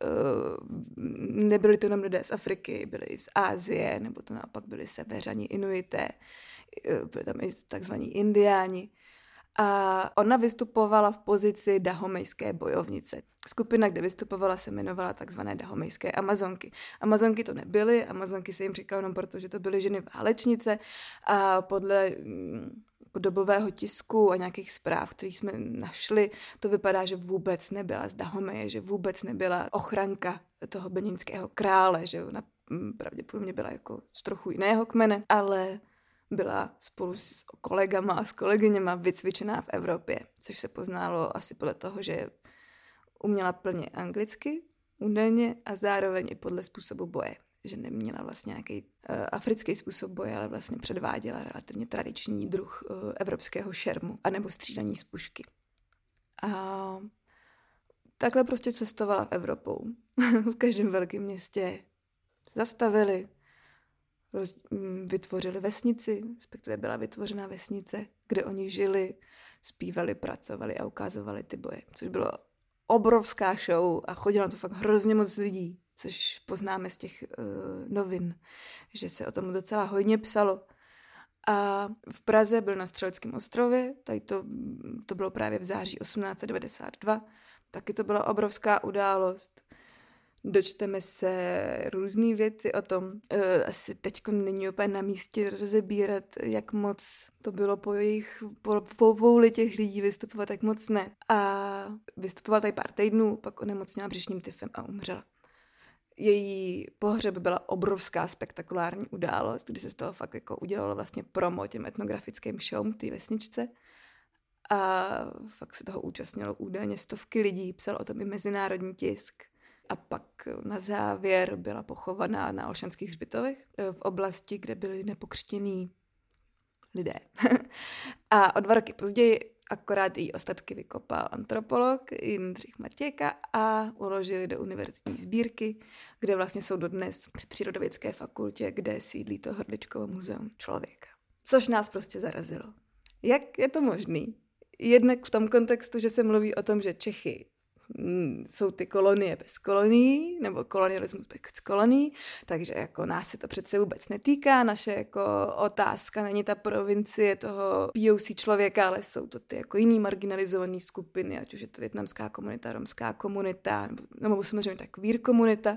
nebyli to jenom lidé z Afriky, byli i z Asie, nebo to naopak byli severani Inuité, byli tam i takzvaní Indiáni. A ona vystupovala v pozici dahomejské bojovnice. Skupina, kde vystupovala, se jmenovala takzvané dahomejské Amazonky. Amazonky to nebyly, Amazonky se jim říkalo jenom proto, že to byly ženy válečnice a podle dobového tisku a nějakých zpráv, které jsme našli, to vypadá, že vůbec nebyla z Dahomeje, že vůbec nebyla ochranka toho beninského krále, že ona pravděpodobně byla jako z trochu jiného kmene, ale byla spolu s kolegama a s kolegyněma vycvičená v Evropě, což se poznalo asi podle toho, že uměla plně anglicky, údajně a zároveň i podle způsobu boje, že neměla vlastně nějaký uh, africký způsob boje, ale vlastně předváděla relativně tradiční druh uh, evropského šermu anebo střílení z pušky. A takhle prostě cestovala v Evropou. V každém velkém městě zastavili, roz, vytvořili vesnici, respektive byla vytvořena vesnice, kde oni žili, zpívali, pracovali a ukazovali ty boje, což bylo obrovská show a chodilo na to fakt hrozně moc lidí, což poznáme z těch uh, novin, že se o tom docela hodně psalo. A v Praze byl na Střeleckém ostrově, tady to, to bylo právě v září osmnáct devadesát dva, taky to byla obrovská událost. Dočteme se různý věci o tom. E, asi teďko není úplně na místě rozebírat, jak moc to bylo po jejich, po, po vůli těch lidí vystupovat, jak moc ne. A vystupovala tady pár týdnů, pak onemocněla břišním tyfem a umřela. Její pohřeb byla obrovská spektakulární událost, kdy se z toho fakt jako udělalo vlastně promo těm etnografickým showům té vesničce. A fakt se toho účastnilo údajně stovky lidí, psal o tom i mezinárodní tisk. A pak na závěr byla pochovaná na Olšanských hřbitovech v oblasti, kde byli nepokřtění lidé. A o dva roky později akorát její ostatky vykopal antropolog Jindřich Matějka a uložili do univerzitní sbírky, kde vlastně jsou dodnes při Přírodovědské fakultě, kde sídlí to Hrdličkovo muzeum člověka. Což nás prostě zarazilo. Jak je to možný? Jednak v tom kontextu, že se mluví o tom, že Čechy jsou ty kolonie bez kolonií, nebo kolonialismus bez kolonií, takže jako nás se to přece vůbec netýká, naše jako otázka není ta provincie toho P O C člověka, ale jsou to ty jako jiný marginalizované skupiny, ať už je to vietnamská komunita, romská komunita, nebo, nebo samozřejmě ta queer komunita.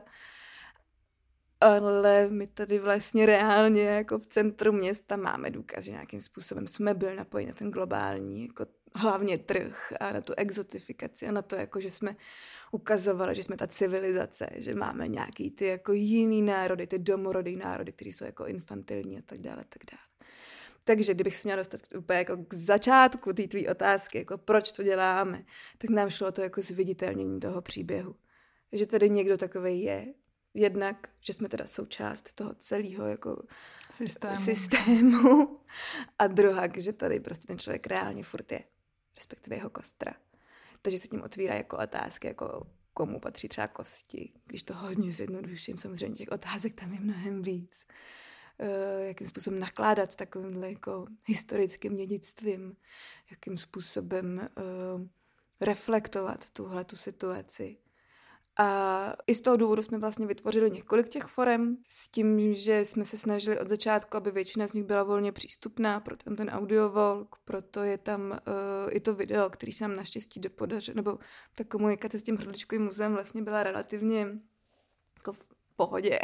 Ale my tady vlastně reálně jako v centru města máme důkaz, že nějakým způsobem jsme byli napojeni na ten globální jako hlavně trh a na tu exotifikaci a na to, jako, že jsme ukazovali, že jsme ta civilizace, že máme nějaký ty jako jiný národy, ty domorodý národy, které jsou jako infantilní a tak dále, tak dále. Takže kdybych se měla dostat úplně jako k začátku té tvý otázky, jako proč to děláme, tak nám šlo o to jako zviditelnění toho příběhu. Že tady někdo takovej je, jednak, že jsme teda součást toho celého jako systému. systému a druhá, že tady prostě ten člověk reálně furt je, respektive jeho kostra. Takže se tím otvírá jako otázky, jako komu patří třeba kosti, když to hodně zjednoduším, samozřejmě těch otázek tam je mnohem víc. Uh, jakým způsobem nakládat s takovýmhle jako historickým dědictvím, jakým způsobem uh, reflektovat tuhle tu situaci. A i z toho důvodu jsme vlastně vytvořili několik těch forem s tím, že jsme se snažili od začátku, aby většina z nich byla volně přístupná, proto tam ten audiovolk, proto je tam uh, i to video, který se nám naštěstí dopodařilo, nebo ta komunikace s tím Hrdličkovým muzeem vlastně byla relativně jako v pohodě,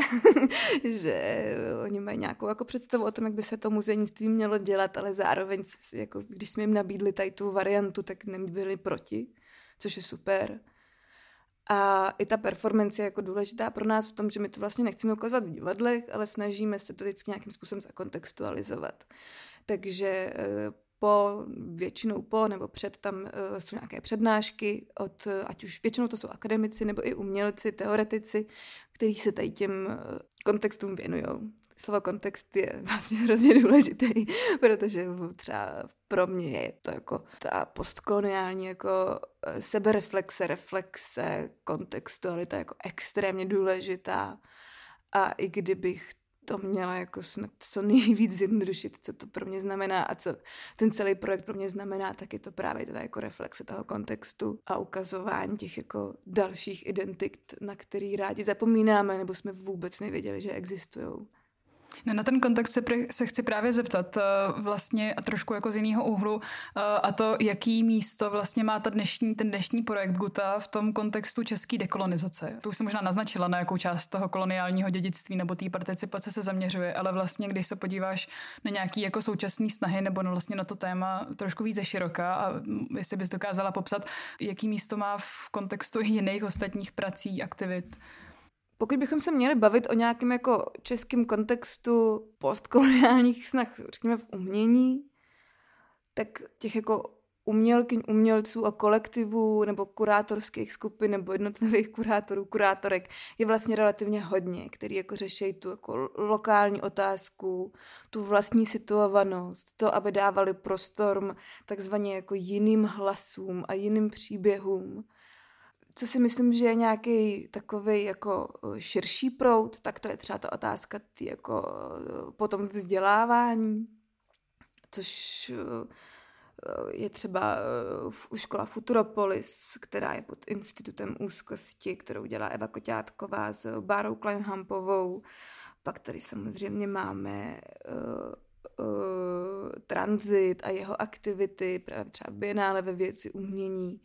že oni mají nějakou jako představu o tom, jak by se to muzejnictví mělo dělat, ale zároveň, jako, když jsme jim nabídli tady tu variantu, tak nebyli proti, což je super. A i ta performance je jako důležitá pro nás v tom, že my to vlastně nechceme ukazovat v divadlech, ale snažíme se to vždycky nějakým způsobem zakontextualizovat. Takže po, většinou po nebo před tam uh, jsou nějaké přednášky od, ať už většinou to jsou akademici nebo i umělci, teoretici, kteří se tady těm uh, kontextům věnujou. Slovo kontext je vlastně hrozně důležitý, protože třeba pro mě je to jako ta postkoloniální jako sebereflexe, reflexe, kontextualita jako extrémně důležitá. A i kdybych to měla jako snad co nejvíc zjednodušit, co to pro mě znamená a co ten celý projekt pro mě znamená, tak je to právě teda jako reflexe toho kontextu a ukazování těch jako dalších identit, na který rádi zapomínáme nebo jsme vůbec nevěděli, že existujou. No, na ten kontext se, pr- se chci právě zeptat vlastně a trošku jako z jiného úhlu a to, jaký místo vlastně má ta dnešní, ten dnešní projekt Guta v tom kontextu české dekolonizace. To už jsem možná naznačila, na jakou část toho koloniálního dědictví nebo té participace se zaměřuje, ale vlastně, když se podíváš na nějaký jako současný snahy nebo na vlastně na to téma trošku víc zeširoka a jestli bys dokázala popsat, jaký místo má v kontextu jiných ostatních prací, aktivit. Pokud bychom se měli bavit o nějakém jako českém kontextu postkoloniálních snah, řekněme v umění, tak těch jako umělkyň, umělců a kolektivů nebo kurátorských skupin nebo jednotlivých kurátorů, kurátorek je vlastně relativně hodně, který jako řeší tu jako lokální otázku, tu vlastní situovanost, to, aby dávali prostor takzvaně jako jiným hlasům a jiným příběhům. Co si myslím, že je nějaký takovej jako širší proud, tak to je třeba ta otázka tý jako potom vzdělávání, což je třeba škola Futuropolis, která je pod Institutem úzkosti, kterou dělá Eva Koťátková s Bárou Kleinhampovou. Pak tady samozřejmě máme uh, uh, Transit a jeho aktivity, právě třeba Bienále ve věci umění,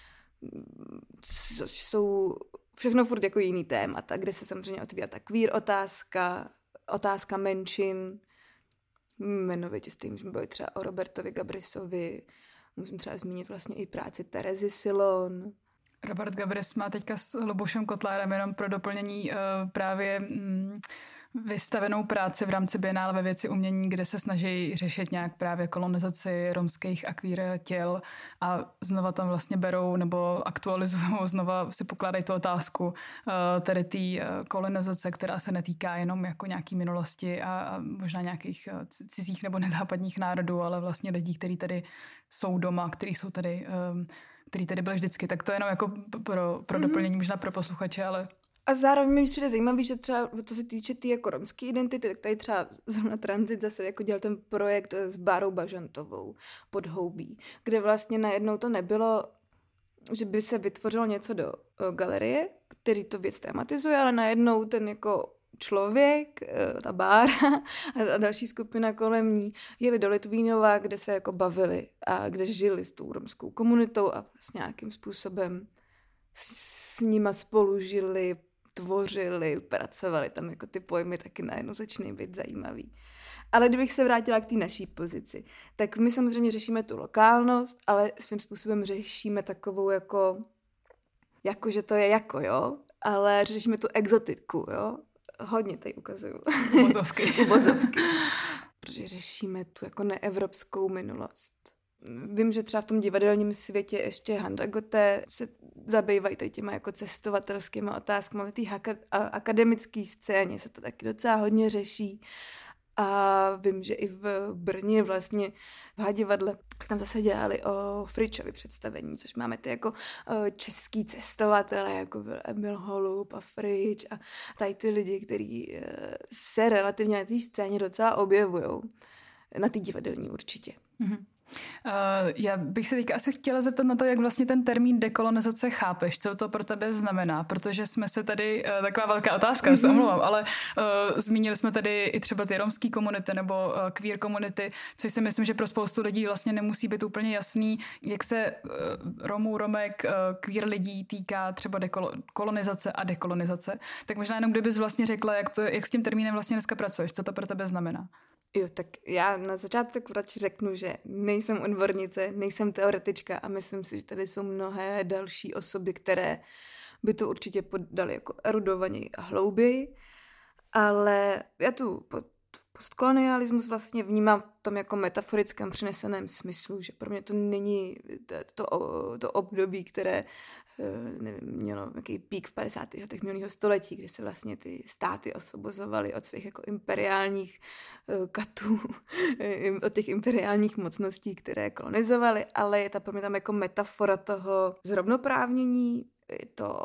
což jsou všechno furt jako jiný témata, kde se samozřejmě otvírá ta queer otázka, otázka menšin, jmenovitě s tím, že můžeme třeba o Robertovi Gabrisovi, musím třeba zmínit vlastně i práci Terezy Silon. Robert Gabris má teďka s Lubošem Kotlárem jenom pro doplnění uh, právě mm, vystavenou práci v rámci Bienále ve věci umění, kde se snaží řešit nějak právě kolonizaci romských a queer těl a znova tam vlastně berou nebo aktualizují, znova si pokládají tu otázku uh, tedy té uh, kolonizace, která se netýká jenom jako nějaký minulosti a, a možná nějakých uh, cizích nebo nezápadních národů, ale vlastně lidí, kteří tady jsou doma, kteří jsou tady, um, který tady byli vždycky. Tak to je jenom jako pro, pro mm-hmm. doplnění možná pro posluchače, ale a zároveň mi přijde zajímavý, že třeba, co se týče té jako romské identity, tak tady třeba zrovna Transit zase jako dělal ten projekt s Bárou Bažantovou Podhoubí, kde vlastně najednou to nebylo, že by se vytvořilo něco do uh, galerie, který to věc tematizuje, ale najednou ten jako člověk, uh, ta Bára a další skupina kolem ní jeli do Litvínova, kde se jako bavili a kde žili s tou romskou komunitou a s nějakým způsobem s nima spolu žili, tvořili, pracovali, tam jako ty pojmy taky najednou začínají být zajímavý. Ale kdybych se vrátila k té naší pozici, tak my samozřejmě řešíme tu lokálnost, ale svým způsobem řešíme takovou jako, jako že to je jako, jo, ale řešíme tu exotiku, jo, hodně tady ukazuju. Uvozovky. Uvozovky. Protože řešíme tu jako neevropskou minulost. Vím, že třeba v tom divadelním světě ještě Handa Gote se zabývají tady těma jako cestovatelskými otázkami, ale té akademické scéně se to taky docela hodně řeší. A vím, že i v Brně vlastně v Hadivadle tam zase dělali o Fričovi představení, což máme ty jako český cestovatele, jako byl Emil Holub a Frič a tady ty lidi, kteří se relativně na té scéně docela objevujou. Na té divadelní určitě. Mm-hmm. Uh, já bych se teďka asi chtěla zeptat na to, jak vlastně ten termín dekolonizace chápeš, co to pro tebe znamená, protože jsme se tady, uh, taková velká otázka, mm-hmm. se omlouvám, ale uh, zmínili jsme tady i třeba ty romský komunity nebo uh, queer komunity, což si myslím, že pro spoustu lidí vlastně nemusí být úplně jasný, jak se uh, Romů, Romek, uh, queer lidí týká třeba dekolonizace a dekolonizace. Tak možná jenom kdybys vlastně řekla, jak, to, jak s tím termínem vlastně dneska pracuješ, co to pro tebe znamená. Jo, tak já na začátek radši řeknu, že nejsem odbornice, nejsem teoretička a myslím si, že tady jsou mnohé další osoby, které by to určitě podaly jako erudovaněji a hlouběji, ale já tu postkolonialismus vlastně vnímám v tom jako metaforickém přeneseném smyslu, že pro mě to není to, to, to období, které nevím, mělo nějaký pík v padesátých letech minulého století, kdy se vlastně ty státy osvobozovaly od svých jako imperiálních katů, od těch imperiálních mocností, které kolonizovaly, ale je ta pro mě tam jako metafora toho zrovnoprávnění, je to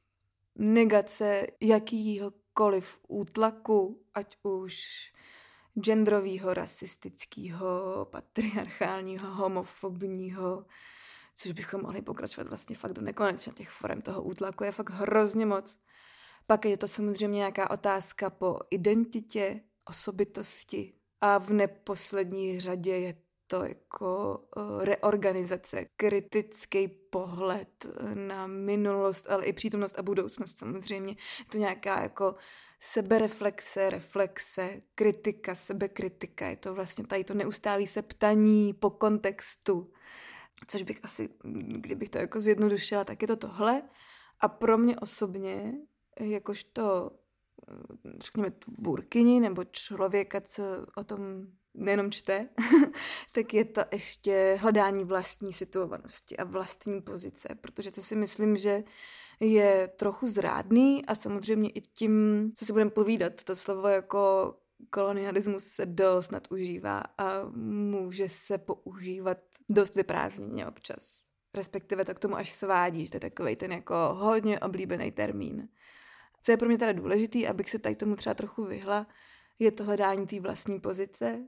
negace jakýhokoliv útlaku, ať už genderovýho, rasistického, patriarchálního, homofobního, což bychom mohli pokračovat vlastně fakt do nekonečna. Těch forem toho útlaku je fakt hrozně moc. Pak je to samozřejmě nějaká otázka po identitě, osobitosti a v neposlední řadě je to jako reorganizace, kritický pohled na minulost, ale i přítomnost a budoucnost samozřejmě. Je to nějaká jako sebereflexe, reflexe, kritika, sebekritika. Je to vlastně tady to neustálé se ptaní po kontextu. Což bych asi, kdybych to jako zjednodušila, tak je to tohle. A pro mě osobně, jakožto, řekněme, tvůrkyni nebo člověka, co o tom nejenom čte, tak je to ještě hledání vlastní situovanosti a vlastní pozice, protože to si myslím, že je trochu zrádný a samozřejmě i tím, co si budeme povídat, to slovo jako kolonialismus se dost nadužívá a může se používat dost vyprázdněně občas. Respektive to k tomu až svádí, že to je takovej ten jako hodně oblíbený termín. Co je pro mě teda důležitý, abych se tady tomu třeba trochu vyhla, je to hledání té vlastní pozice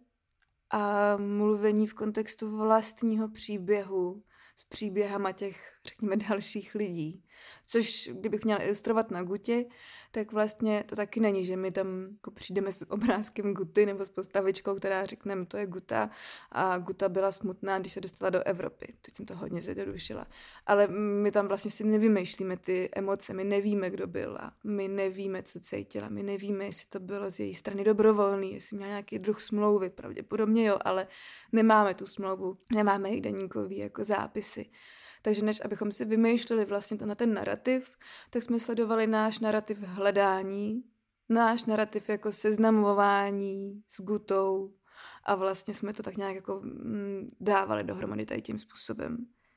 a mluvení v kontextu vlastního příběhu s příběhama těch, řekněme, dalších lidí. Což, kdybych měla ilustrovat na Gutě, tak vlastně to taky není, že my tam jako přijdeme s obrázkem Guty nebo s postavičkou, která řekneme, to je Guta a Guta byla smutná, když se dostala do Evropy. Teď jsem to hodně zjednodušila. Ale my tam vlastně si nevymýšlíme ty emoce, my nevíme, kdo byla, my nevíme, co cítila, my nevíme, jestli to bylo z její strany dobrovolný, jestli měla nějaký druh smlouvy, pravděpodobně jo, ale nemáme tu smlouvu, nemáme její deníkový jako zápisy. Takže než abychom si vymýšleli vlastně na ten narrativ, tak jsme sledovali náš narrativ hledání, náš narrativ jako seznamování s Gutou a vlastně jsme to tak nějak jako dávali dohromady tady tím způsobem.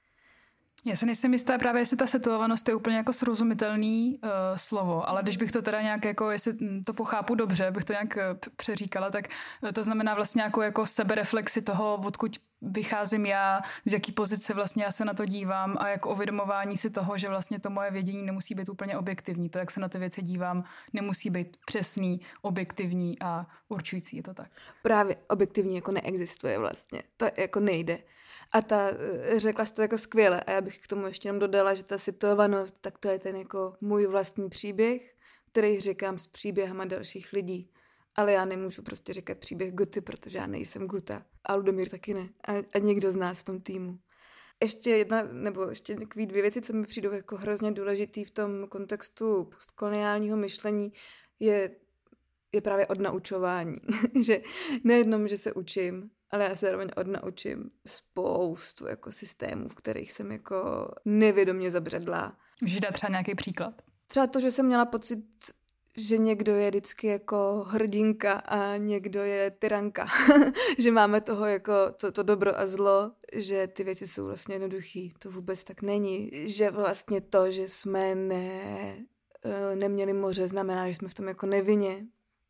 Já se nejsem jistá právě, jestli ta situovanost je úplně jako srozumitelný uh, slovo, ale když bych to teda nějak jako, jestli to pochápu dobře, bych to nějak uh, přeříkala, tak uh, to znamená vlastně nějakou jako sebereflexi toho, odkud vycházím já, z jaký pozice vlastně já se na to dívám a jako uvědomování si toho, že vlastně to moje vědění nemusí být úplně objektivní. To, jak se na ty věci dívám, nemusí být přesný, objektivní a určující, je to tak? Právě objektivní jako neexistuje vlastně. To jako nejde. A ta, řekla jsi to jako skvěle a já bych k tomu ještě jenom dodala, že ta situovanost, tak to je ten jako můj vlastní příběh, který říkám s příběhama dalších lidí. Ale já nemůžu prostě říkat příběh Guty, protože já nejsem Guta. A Ludomír taky ne. A, a někdo z nás v tom týmu. Ještě jedna, nebo ještě takový dvě věci, co mi přijdou jako hrozně důležitý v tom kontextu postkoloniálního myšlení, je, je právě odnaučování. Že nejenom, že se učím, ale já se zároveň odnaučím spoustu jako systémů, v kterých jsem jako nevědomě zabředla. Můžeš dát třeba nějaký příklad? Třeba to, že jsem měla pocit, že někdo je vždycky jako hrdinka a někdo je tyranka. Že máme toho jako to, to dobro a zlo, že ty věci jsou vlastně jednoduchý. To vůbec tak není. Že vlastně to, že jsme ne, neměli moře, znamená, že jsme v tom jako nevinně.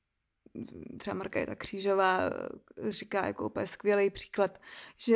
Třeba Markéta Křížová říká jako úplně skvělý příklad, že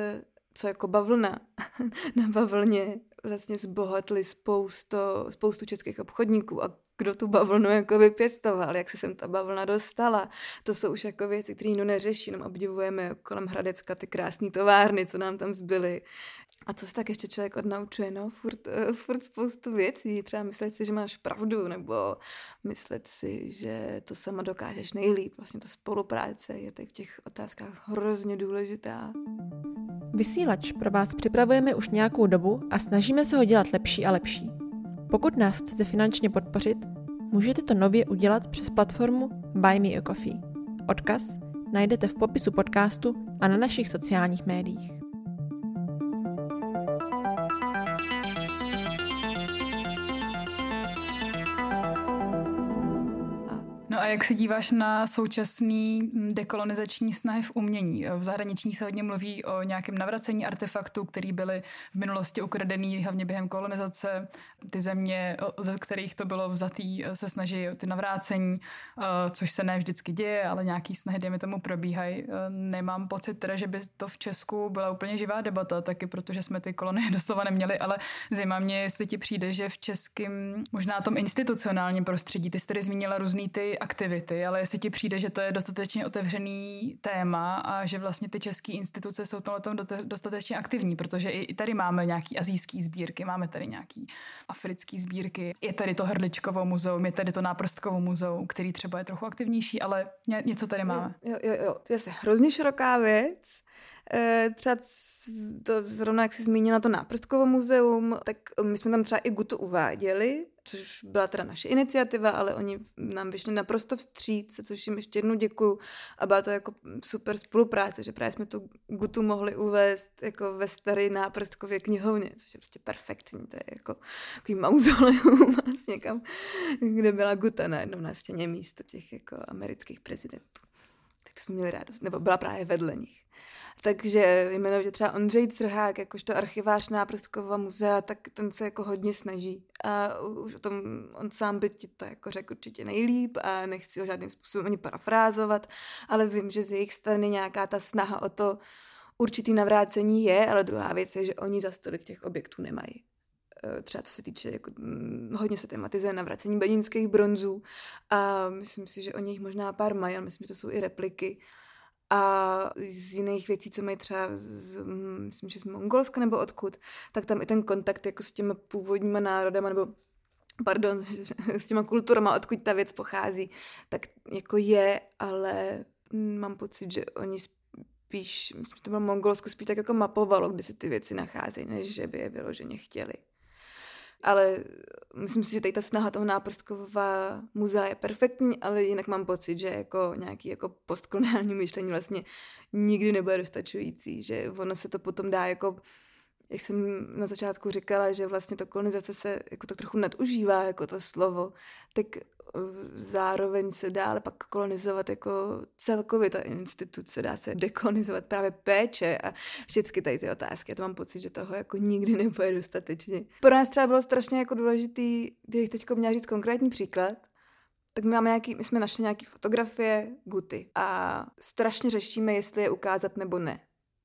co jako bavlna. Na bavlně vlastně zbohatli spoustu, spoustu českých obchodníků a kdo tu bavlnu jako vypěstoval, jak se sem ta bavlna dostala. To jsou už jako věci, které nikdo neřeší, jenom obdivujeme kolem Hradecka ty krásné továrny, co nám tam zbyly. A co se tak ještě člověk odnaučuje, no, furt, uh, furt spoustu věcí, třeba myslet si, že máš pravdu, nebo myslet si, že to sama dokážeš nejlíp. Vlastně ta spolupráce je tady v těch otázkách hrozně důležitá. Vysílač pro vás připravujeme už nějakou dobu a snažíme se ho dělat lepší a lepší. Pokud nás chcete finančně podpořit, můžete to nově udělat přes platformu Buy Me a Coffee. Odkaz najdete v popisu podcastu a na našich sociálních médiích. No a jak se díváš na současný dekolonizační snahy v umění? V zahraničí se hodně mluví o nějakém navracení artefaktů, které byly v minulosti ukradený hlavně během kolonizace. Ty země, ze kterých to bylo vzatý, se snaží o ty navrácení, což se ne vždycky děje, ale nějaký snahy, dejme tomu, probíhají. Nemám pocit teda, že by to v Česku byla úplně živá debata, taky protože jsme ty kolonie doslova neměli, ale zajímá mě, jestli ti přijde, že v českém, možná tom institucionálním prostředí, ty jsi tady zmínila různý ty aktivity, ale jestli ti přijde, že to je dostatečně otevřený téma a že vlastně ty české instituce jsou tomhle tom dostatečně aktivní, protože i tady máme nějaký asijský sbírky, máme tady nějaký africký sbírky, je tady to Hrdličkovo muzeum, je tady to Náprstkovo muzeum, který třeba je trochu aktivnější, ale něco tady máme. Jo, jo, jo, to je hrozně široká věc. E, třeba to zrovna, jak jsi zmínila to Náprstkovo muzeum, tak my jsme tam třeba i Gutu uváděli, což byla teda naše iniciativa, ale oni nám vyšli naprosto vstříc, což jim ještě jednou děkuju. A byla to jako super spolupráce, že právě jsme tu Gutu mohli uvést jako ve staré Náprstkově knihovně, což je prostě perfektní. To je jako takový mauzoleum vlastně, kam, kde byla Guta najednou na stěně místo těch jako amerických prezidentů. Tak jsme měli rádost, nebo byla právě vedle nich. Takže jmenovitě třeba Ondřej Crhák, jakožto archivář Náprstkovova muzea, tak ten se jako hodně snaží. A už o tom on sám by ti to jako řekl určitě nejlíp a nechci ho žádným způsobem ani parafrázovat, ale vím, že z jejich strany nějaká ta snaha o to určitý navrácení je, ale druhá věc je, že oni za tolik těch objektů nemají. Třeba co se týče, jako, hodně se tematizuje navracení bedínských bronzů a myslím si, že oni jich možná pár mají, ale myslím, že to jsou i repliky. A z jiných věcí, co mají třeba z, myslím, že z Mongolska nebo odkud, tak tam i ten kontakt jako s těma původníma národama, nebo pardon, s těma kulturama, odkud ta věc pochází, tak jako je, ale mám pocit, že oni spíš, myslím, že to bylo Mongolsko, spíš tak jako mapovalo, kde se ty věci nacházejí, než že by je vyloženě chtěli. Ale myslím si, že tady ta snaha toho Náprstkovova muzea je perfektní, ale jinak mám pocit, že jako nějaký jako postkoloniální myšlení vlastně nikdy nebude dostačující, že ono se to potom dá jako, jak jsem na začátku říkala, že vlastně to kolonizace se jako tak trochu nadužívá jako to slovo, tak zároveň se dá ale pak kolonizovat jako celkově ta instituce, dá se dekolonizovat právě péče a všechny tady ty otázky. Já to mám pocit, že toho jako nikdy nebude dostatečně. Pro nás třeba bylo strašně jako důležitý, když teď měla říct konkrétní příklad, tak my máme nějaký, my jsme našli nějaký fotografie Guty a strašně řešíme, jestli je ukázat nebo ne.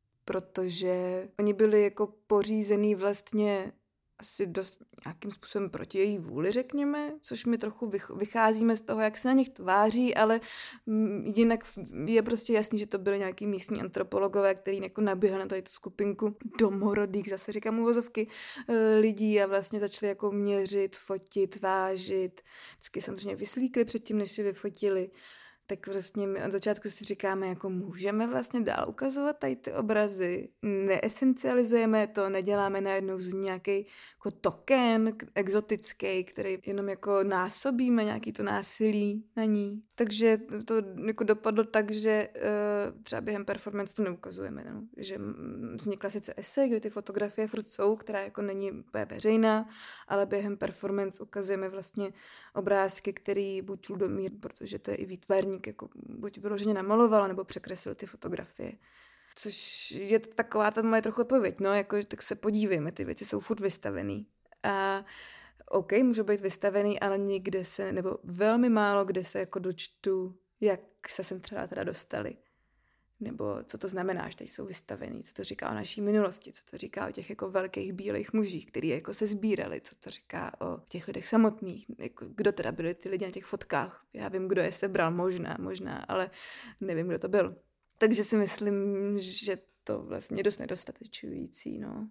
Protože oni byli jako pořízený vlastně asi dost nějakým způsobem proti její vůli, řekněme, což my trochu vycházíme z toho, jak se na nich tváří, ale jinak je prostě jasný, že to byly nějaký místní antropologové, který jako naběhli na tady tu skupinku domorodých, zase říkám uvozovky, lidí a vlastně začali jako měřit, fotit, vážit. Vždycky samozřejmě vyslíkli předtím, než si vyfotili. Tak vlastně my od začátku si říkáme, jako můžeme vlastně dál ukazovat tady ty obrazy, neesencializujeme to, neděláme najednou z nějaký jako token exotický, který jenom jako násobíme nějaký to násilí na ní. Takže to jako dopadlo tak, že uh, třeba během performance to neukazujeme, no? Že vznikla sice esej, kde ty fotografie furt jsou, která jako není veřejná, ale během performance ukazujeme vlastně obrázky, který buď Ludomír, protože to je i výtvarník, jako buď vyloženě namaloval, nebo překreslil ty fotografie. Což je taková ta moje trochu odpověď, no, jako, tak se podívejme, ty věci jsou furt vystavený. A OK, můžou být vystavený, ale nikde se, nebo velmi málo kde se jako dočtu, jak se sem třeba teda dostali. nebo co to znamená, že tady jsou vystavený, co to říká o naší minulosti, co to říká o těch jako velkých bílých mužích, který jako se sbírali, co to říká o těch lidech samotných, jako kdo teda byli ty lidi na těch fotkách. Já vím, kdo je sebral, možná, možná, ale nevím, kdo to byl. Takže si myslím, že to vlastně dost nedostatečující, no.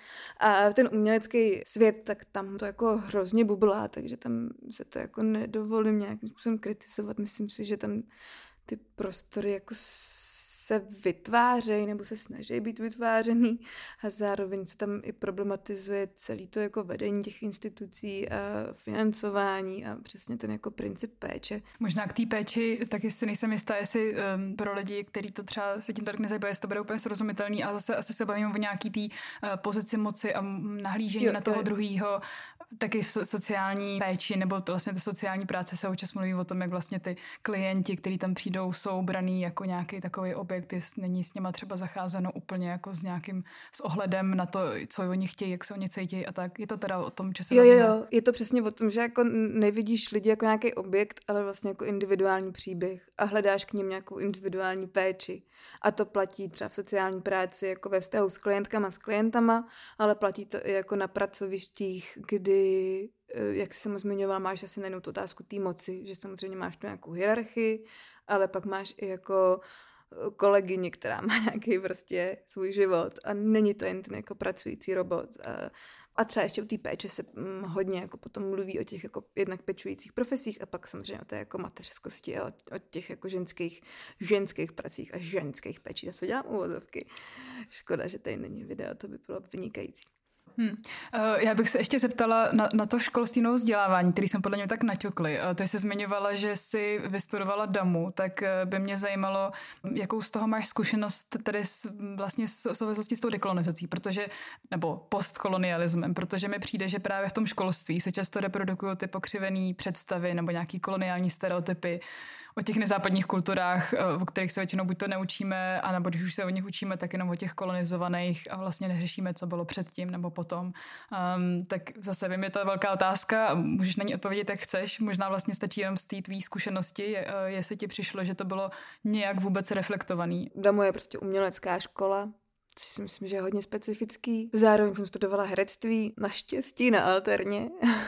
A ten umělecký svět, tak tam to jako hrozně bublá, takže tam se to jako nedovolím nějakým způsobem kritizovat. Myslím si, že tam ty prostory jako se vytvářejí nebo se snaží být vytvářený a zároveň se tam i problematizuje celý to jako vedení těch institucí a financování a přesně ten jako princip péče. Možná k té péči taky si nejsem jistá, jestli um, pro lidi, kteří to třeba se tím tak nezajímají, jestli to bude úplně srozumitelný, ale zase asi se bavíme o nějaký té uh, pozici moci a nahlížení jo, na toho druhýho, taky so, sociální péči nebo to vlastně ta sociální práce se občas mluví o tom, jak vlastně ty klienti, kteří tam přijdou, jsou braný jako nějaký takový objekt, není s něma třeba zacházeno úplně jako s nějakým s ohledem na to, co oni chtějí, jak se oni cítí a tak. Je to teda o tom, že se Jo, jo, jo, je to přesně o tom, že jako nevidíš lidi jako nějaký objekt, ale vlastně jako individuální příběh a hledáš k nim nějakou individuální péči. A to platí třeba v sociální práci jako ve vztahu s klientkama, s klientama, ale platí to i jako na pracovištích, kdy, jak jsi sama zmiňovala, máš asi najednou tu otázku té moci, že samozřejmě máš tu nějakou hierarchii, ale pak máš i jako kolegyni, která má nějaký prostě svůj život a není to jen ten jako pracující robot. A, a třeba ještě u té péče se hm, hodně jako potom mluví o těch jako jednak pečujících profesích a pak samozřejmě o té jako mateřskosti a o, o těch jako ženských, ženských pracích a ženských péčí. Já se dělám úvozovky. Škoda, že tady není video, to by bylo vynikající. Hmm. Uh, já bych se ještě zeptala na, na to školství nebo vzdělávání, který jsem podle mě tak naťukli. Uh, ty jsi zmiňovala, že jsi vystudovala damu, tak uh, by mě zajímalo, jakou z toho máš zkušenost tedy s, vlastně s souvislosti s tou dekolonizací, protože, nebo postkolonialismem, protože mi přijde, že právě v tom školství se často reprodukují ty pokřivené představy nebo nějaký koloniální stereotypy o těch nezápadních kulturách, o kterých se většinou buď to neučíme, anebo když už se o nich učíme, tak jenom o těch kolonizovaných a vlastně neřešíme, co bylo předtím nebo potom. Um, tak zase vím, je to velká otázka a můžeš na ní odpovědět, jak chceš. Možná vlastně stačí jenom z té tvý zkušenosti, jestli ti přišlo, že to bylo nějak vůbec reflektovaný. Damu je prostě umělecká škola, což si myslím, že je hodně specifický. Zároveň jsem studovala herectví, naštěstí na alterně.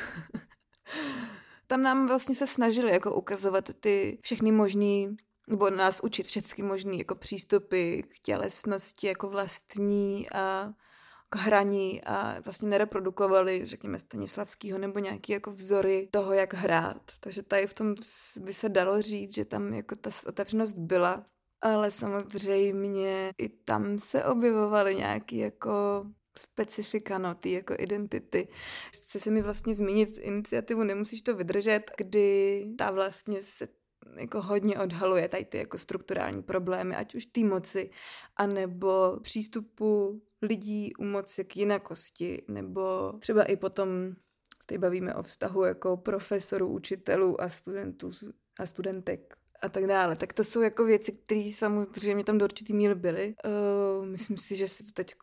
Tam nám vlastně se snažili jako ukazovat ty všechny možný, nebo nás učit všechny možný jako přístupy k tělesnosti jako vlastní a k hraní a vlastně nereprodukovali, řekněme, Stanislavskýho nebo nějaký jako vzory toho, jak hrát. Takže tady v tom by se dalo říct, že tam jako ta otevřenost byla, ale samozřejmě i tam se objevovaly nějaký jako specifika, no, ty jako identity. Chce se mi vlastně zmínit iniciativu Nemusíš to vydržet, kdy ta vlastně se jako hodně odhaluje tady ty jako strukturální problémy, ať už té moci, anebo přístupu lidí u moci k jinakosti, nebo třeba i potom tady bavíme o vztahu jako profesorů, učitelů a studentů a studentek a tak dále. Tak to jsou jako věci, které samozřejmě tam do určitý míry byly. Uh, myslím si, že se to teď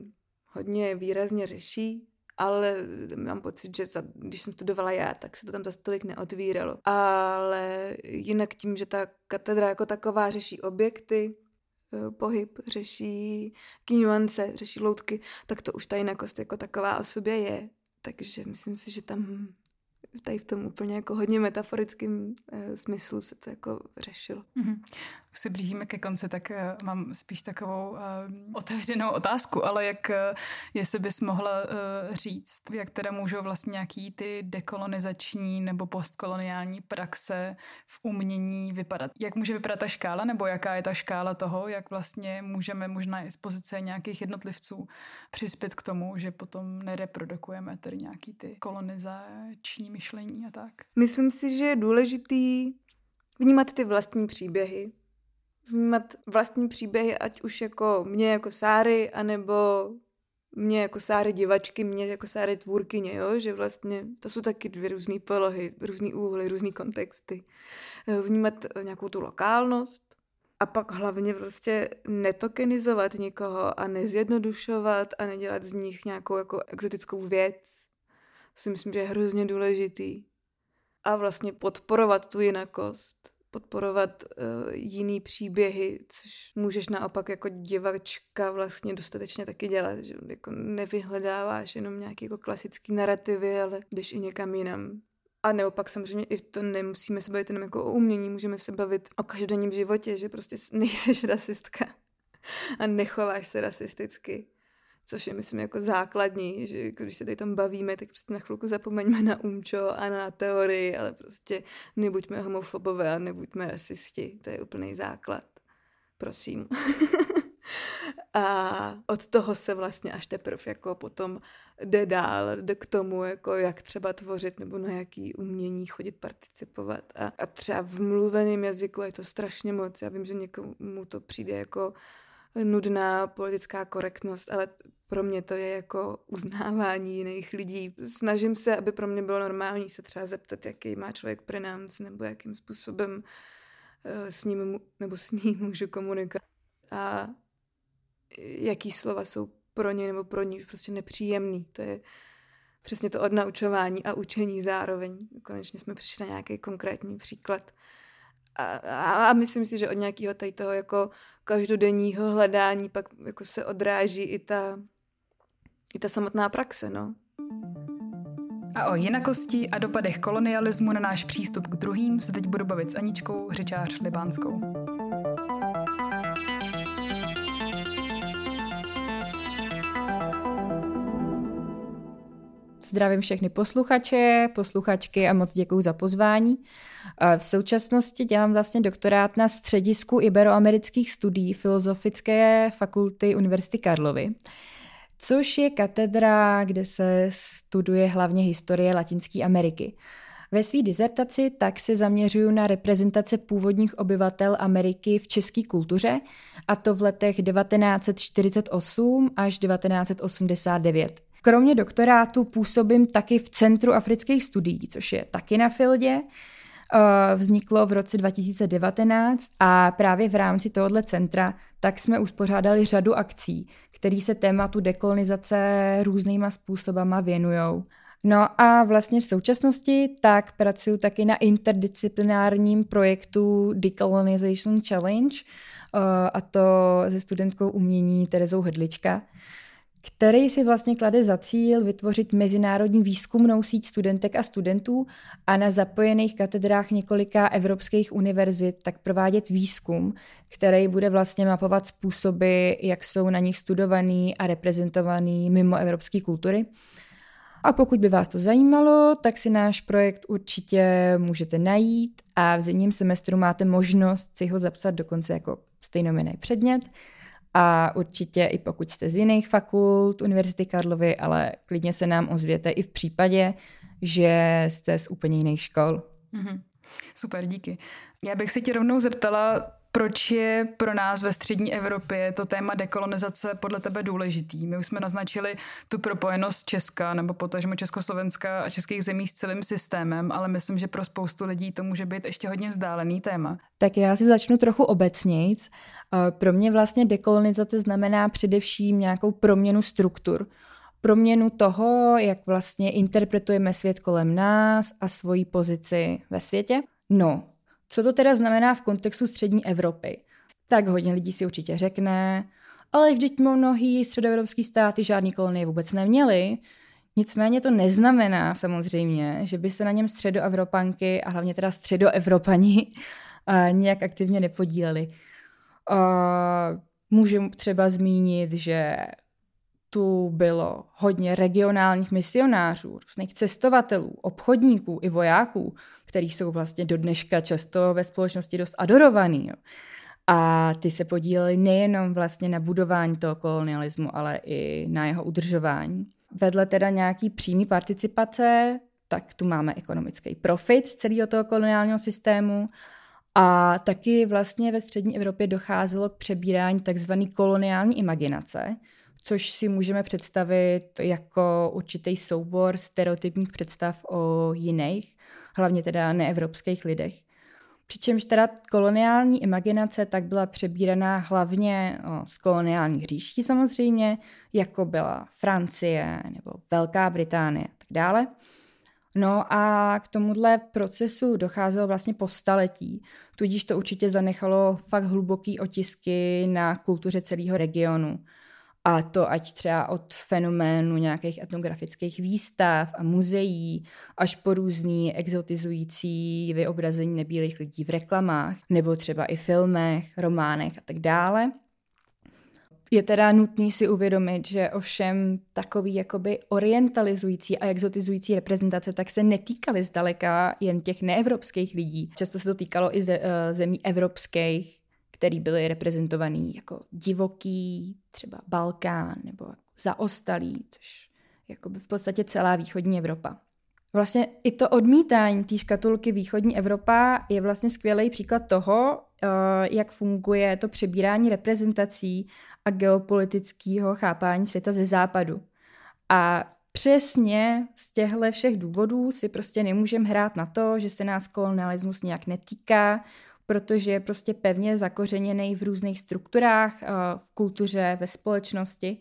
hodně výrazně řeší, ale mám pocit, že za, když jsem studovala já, tak se to tam zase tolik neotvíralo. Ale jinak tím, že ta katedra jako taková řeší objekty, pohyb, řeší nuance, řeší loutky, tak to už ta jinakost jako taková o sobě je. Takže myslím si, že tam tady v tom úplně jako hodně metaforickém e, smyslu se to jako řešilo. Mm-hmm. Už se blížíme ke konci, tak uh, mám spíš takovou uh, otevřenou otázku, ale jak, uh, jestli bys mohla uh, říct, jak teda můžou vlastně nějaký ty dekolonizační nebo postkoloniální praxe v umění vypadat? Jak může vypadat ta škála, nebo jaká je ta škála toho, jak vlastně můžeme možná i z pozice nějakých jednotlivců přispět k tomu, že potom nereprodukujeme tedy nějaký ty kolonizační myšlení a tak? Myslím si, že je důležitý vnímat ty vlastní příběhy. Vnímat vlastní příběhy, ať už jako mě jako Sáry, anebo mě jako Sáry divačky, mě jako Sáry tvůrkyně, jo? Že vlastně to jsou taky dvě různé polohy, různý úhly, různý kontexty. Vnímat nějakou tu lokálnost a pak hlavně prostě netokenizovat nikoho a nezjednodušovat a nedělat z nich nějakou jako exotickou věc. To si myslím, že je hrozně důležitý. A vlastně podporovat tu jinakost podporovat uh, jiný příběhy, což můžeš naopak jako divačka vlastně dostatečně taky dělat, že jako nevyhledáváš jenom nějaký jako klasický narrativy, ale jdeš i někam jinam. A neopak samozřejmě i to nemusíme se bavit jenom jako o umění, můžeme se bavit o každodenním životě, že prostě nejseš rasistka a nechováš se rasisticky. Což je, myslím, jako základní, že když se tady tam bavíme, tak prostě na chvilku zapomeňme na umčo a na teorii, ale prostě nebuďme homofobové a nebuďme rasisti. To je úplný základ. Prosím. A od toho se vlastně až teprve jako potom jde dál, jde k tomu, jako jak třeba tvořit nebo na jaký umění chodit participovat. A, a třeba v mluveném jazyku je to strašně moc. Já vím, že někomu to přijde jako nudná politická korektnost, ale pro mě to je jako uznávání jiných lidí. Snažím se, aby pro mě bylo normální se třeba zeptat, jaký má člověk pronouns nebo jakým způsobem s ním nebo s ním můžu komunikovat. A jaký slova jsou pro ně nebo pro ní už prostě nepříjemný. To je přesně to odnaučování a učení zároveň. Konečně jsme přišli na nějaký konkrétní příklad. A, a, a myslím si, že od nějakého tady toho jako každodenního hledání pak jako se odráží i ta, i ta samotná praxe, no. A o jinakosti a dopadech kolonialismu na náš přístup k druhým se teď budu bavit s Aničkou Hřičář-Libánskou. Zdravím všechny posluchače, posluchačky a moc děkuju za pozvání. V současnosti dělám vlastně doktorát na středisku iberoamerických studií Filozofické fakulty Univerzity Karlovy, což je katedra, kde se studuje hlavně historie Latinské Ameriky. Ve své dizertaci tak se zaměřuju na reprezentace původních obyvatel Ameriky v české kultuře, a to v letech devatenáct set čtyřicet osm až devatenáct set osmdesát devět. Kromě doktorátu působím taky v Centru afrických studií, což je taky na Fildě. Vzniklo v roce dva tisíce devatenáct a právě v rámci tohoto centra tak jsme uspořádali řadu akcí, které se tématu dekolonizace různýma způsobama věnujou. No a vlastně v současnosti tak pracuji taky na interdisciplinárním projektu Decolonization Challenge, a to se studentkou umění Terezou Hrdlička, který si vlastně klade za cíl vytvořit mezinárodní výzkumnou síť studentek a studentů a na zapojených katedrách několika evropských univerzit tak provádět výzkum, který bude vlastně mapovat způsoby, jak jsou na nich studovaný a reprezentovaný mimo evropské kultury. A pokud by vás to zajímalo, tak si náš projekt určitě můžete najít a v zimním semestru máte možnost si ho zapsat dokonce jako stejnojmenný předmět. A určitě i pokud jste z jiných fakult Univerzity Karlovy, ale klidně se nám ozvěte i v případě, že jste z úplně jiných škol. Mm-hmm. Super, díky. Já bych se tě rovnou zeptala, proč je pro nás ve střední Evropě to téma dekolonizace podle tebe důležitý? My už jsme naznačili tu propojenost Česka nebo potažmo Československa a českých zemí s celým systémem, ale myslím, že pro spoustu lidí to může být ještě hodně vzdálený téma. Tak já si začnu trochu obecnějc. Pro mě vlastně dekolonizace znamená především nějakou proměnu struktur. Proměnu toho, jak vlastně interpretujeme svět kolem nás a svoji pozici ve světě. No, co to teda znamená v kontextu střední Evropy? Tak hodně lidí si určitě řekne, ale vždyť mnohý středoevropský státy žádný kolonie vůbec neměly. Nicméně to neznamená samozřejmě, že by se na něm středoevropanky a hlavně teda středoevropani nějak aktivně nepodíleli. Můžu třeba zmínit, že tu bylo hodně regionálních misionářů, různých cestovatelů, obchodníků i vojáků, kteří jsou vlastně do dneška často ve společnosti dost adorovaný. Jo. A ty se podíleli nejenom vlastně na budování toho kolonialismu, ale i na jeho udržování. Vedle teda nějaký přímý participace, tak tu máme ekonomický profit celého toho koloniálního systému. A taky vlastně ve střední Evropě docházelo k přebírání takzvané koloniální imaginace, což si můžeme představit jako určitý soubor stereotypních představ o jiných, hlavně teda neevropských lidech. Přičemž teda koloniální imaginace tak byla přebíraná hlavně z koloniálních říší samozřejmě, jako byla Francie nebo Velká Británie a tak dále. No a k tomuhle procesu docházelo vlastně po staletí, tudíž to určitě zanechalo fakt hluboký otisky na kultuře celého regionu. A to ať třeba od fenoménu nějakých etnografických výstav a muzeí až po různý exotizující vyobrazení nebílých lidí v reklamách nebo třeba i filmech, románech a tak dále. Je teda nutný si uvědomit, že ovšem takový jakoby orientalizující a exotizující reprezentace tak se netýkaly zdaleka jen těch neevropských lidí. Často se to týkalo i ze, zemí evropských, který byly reprezentovaný jako divoký, třeba Balkán nebo zaostalý, což jakoby v podstatě celá východní Evropa. Vlastně i to odmítání té škatulky východní Evropa je vlastně skvělý příklad toho, jak funguje to přebírání reprezentací a geopolitického chápání světa ze západu. A přesně z těchto všech důvodů si prostě nemůžeme hrát na to, že se nás kolonialismus nějak netýká, protože je prostě pevně zakořeněný v různých strukturách, v kultuře, ve společnosti.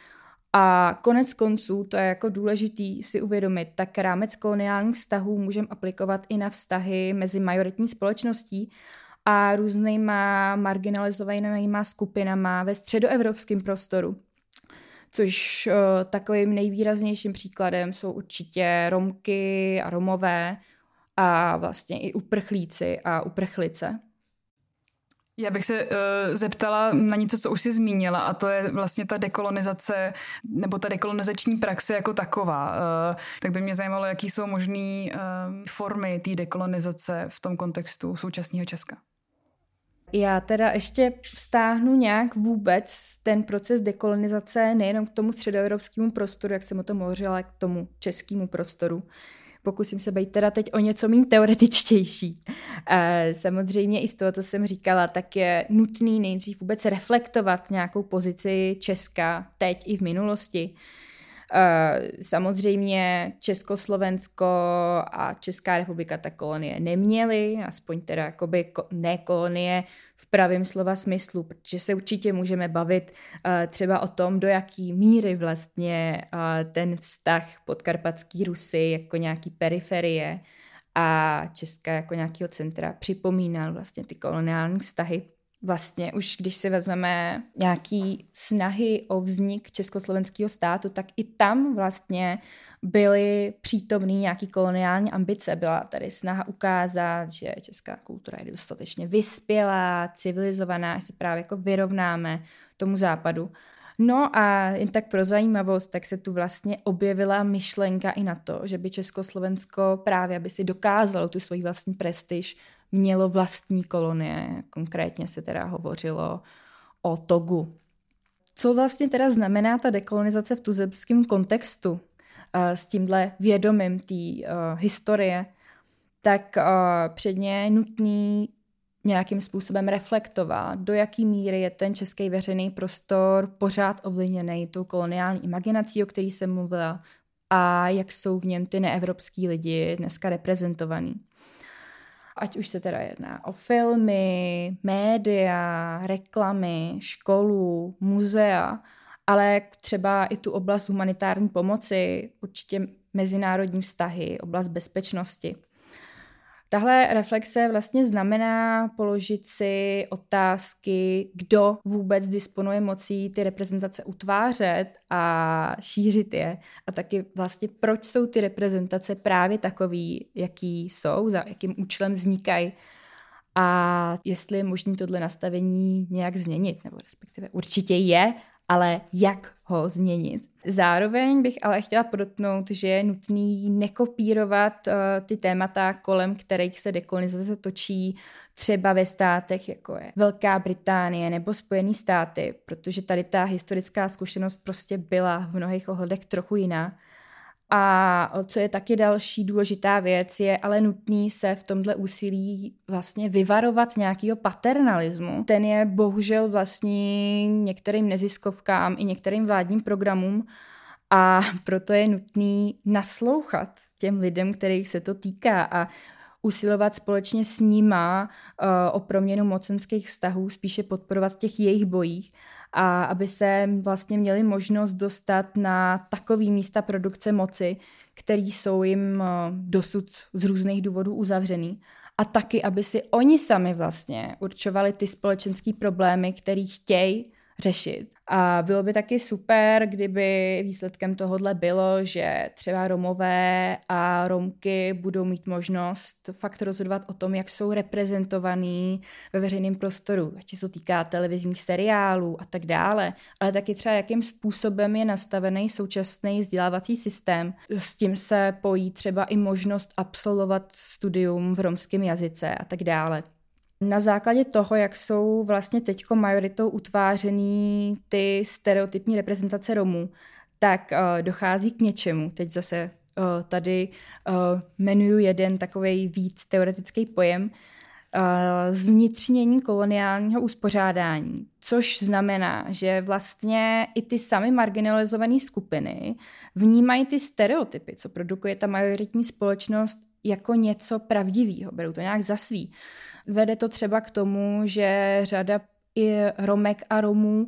A konec konců, to je jako důležitý si uvědomit, tak rámec koloniálních vztahů můžeme aplikovat i na vztahy mezi majoritní společností a různýma marginalizovanýma skupinama ve středoevropském prostoru. Což uh, takovým nejvýraznějším příkladem jsou určitě Romky a Romové a vlastně i uprchlíci a uprchlice. Já bych se uh, zeptala na něco, co už jsi zmínila, a to je vlastně ta dekolonizace nebo ta dekolonizační praxe jako taková. Uh, tak by mě zajímalo, jaký jsou možné uh, formy té dekolonizace v tom kontextu současného Česka. Já teda ještě vztáhnu nějak vůbec ten proces dekolonizace nejenom k tomu středoevropskému prostoru, jak jsem o tom hovořila, ale k tomu českému prostoru. Pokusím se být teda teď o něco méně teoretičtější. Samozřejmě i z toho, co jsem říkala, tak je nutný nejdřív vůbec reflektovat nějakou pozici Česka teď i v minulosti. Samozřejmě Československo a Česká republika ta kolonie neměly, aspoň teda jakoby ne kolonie v pravém slova smyslu, protože se určitě můžeme bavit třeba o tom, do jaký míry vlastně ten vztah podkarpatský Rusy jako nějaký periferie a Česka jako nějakého centra připomínal vlastně ty koloniální vztahy. Vlastně už když si vezmeme nějaký snahy o vznik československého státu, tak i tam vlastně byly přítomný nějaký koloniální ambice. Byla tady snaha ukázat, že česká kultura je dostatečně vyspělá, civilizovaná, že se právě jako vyrovnáme tomu západu. No a jen tak pro zajímavost, tak se tu vlastně objevila myšlenka i na to, že by Československo právě, aby si dokázalo tu svoji vlastní prestiž, mělo vlastní kolonie, konkrétně se teda hovořilo o Togu. Co vlastně teda znamená ta dekolonizace v tuzemském kontextu uh, s tímhle vědomím té uh, historie, tak uh, předně je nutný nějakým způsobem reflektovat, do jaký míry je ten český veřejný prostor pořád ovlivněný tou koloniální imaginací, o který jsem mluvila, a jak jsou v něm ty neevropský lidi dneska reprezentovaný. Ať už se teda jedná o filmy, média, reklamy, školu, muzea, ale třeba i tu oblast humanitární pomoci, určitě mezinárodní vztahy, oblast bezpečnosti. Tahle reflexe vlastně znamená položit si otázky, kdo vůbec disponuje mocí ty reprezentace utvářet a šířit je. A taky vlastně proč jsou ty reprezentace právě takový, jaký jsou, za jakým účelem vznikají. A jestli je možné tohle nastavení nějak změnit, nebo respektive určitě je, ale jak ho změnit. Zároveň bych ale chtěla podotknout, že je nutný nekopírovat uh, ty témata, kolem kterých se dekolonizace točí třeba ve státech, jako je Velká Británie nebo Spojené státy, protože tady ta historická zkušenost prostě byla v mnohých ohledech trochu jiná. A co je taky další důležitá věc, je ale nutný se v tomhle úsilí vlastně vyvarovat nějakého paternalismu. Ten je bohužel vlastní některým neziskovkám i některým vládním programům a proto je nutný naslouchat těm lidem, kterých se to týká a usilovat společně s nima uh, o proměnu mocenských vztahů, spíše podporovat v těch jejich bojích a aby se vlastně měli možnost dostat na takový místa produkce moci, které jsou jim uh, dosud z různých důvodů uzavřený. A taky, aby si oni sami vlastně určovali ty společenské problémy, které chtějí řešit. A bylo by taky super, kdyby výsledkem tohodle bylo, že třeba Romové a Romky budou mít možnost fakt rozhodovat o tom, jak jsou reprezentovaný ve veřejném prostoru, ať se to týká televizních seriálů a tak dále, ale taky třeba jakým způsobem je nastavený současný vzdělávací systém. S tím se pojí třeba i možnost absolvovat studium v romském jazyce a tak dále. Na základě toho, jak jsou vlastně teďko majoritou utvářený ty stereotypní reprezentace Romů, tak uh, dochází k něčemu. Teď zase uh, tady uh, jmenuju jeden takovej víc teoretický pojem, uh, zvnitřnění koloniálního uspořádání, což znamená, že vlastně i ty samy marginalizované skupiny vnímají ty stereotypy, co produkuje ta majoritní společnost, jako něco pravdivého, berou to nějak za svý. Vede to třeba k tomu, že řada i Romek a Romů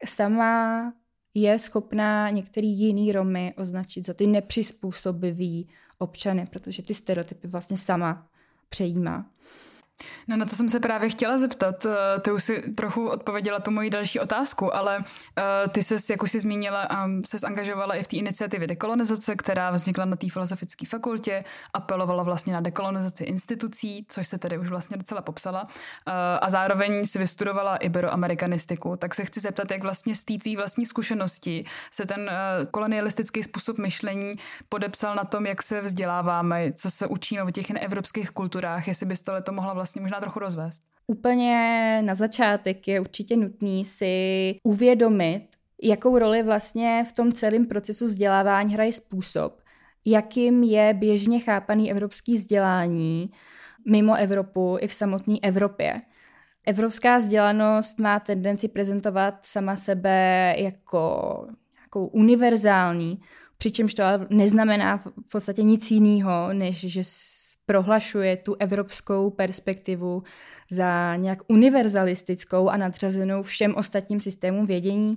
sama je schopná některý jiný Romy označit za ty nepřizpůsobivý občany, protože ty stereotypy vlastně sama přejímá. No na to jsem se právě chtěla zeptat. Ty už si trochu odpověděla tu moji další otázku, ale uh, ty ses, jak už jsi zmínila, um, ses angažovala i v té iniciativě dekolonizace, která vznikla na té filozofické fakultě, apelovala vlastně na dekolonizaci institucí, což se tedy už vlastně docela popsala, uh, a zároveň si vystudovala iberoamerikanistiku. Tak se chci zeptat, jak vlastně z té tvý vlastní zkušenosti se ten uh, kolonialistický způsob myšlení podepsal na tom, jak se vzděláváme, co se učíme o těch neevropských kulturách, jestli bys tohle to mohla vlastně možná trochu rozvést. Úplně na začátek je určitě nutný si uvědomit, jakou roli vlastně v tom celém procesu vzdělávání hraje způsob, jakým je běžně chápaný evropský vzdělání mimo Evropu i v samotné Evropě. Evropská vzdělanost má tendenci prezentovat sama sebe jako nějakou univerzální, přičemž to ale neznamená v podstatě nic jiného, než že prohlašuje tu evropskou perspektivu za nějak univerzalistickou a nadřazenou všem ostatním systémům vědění.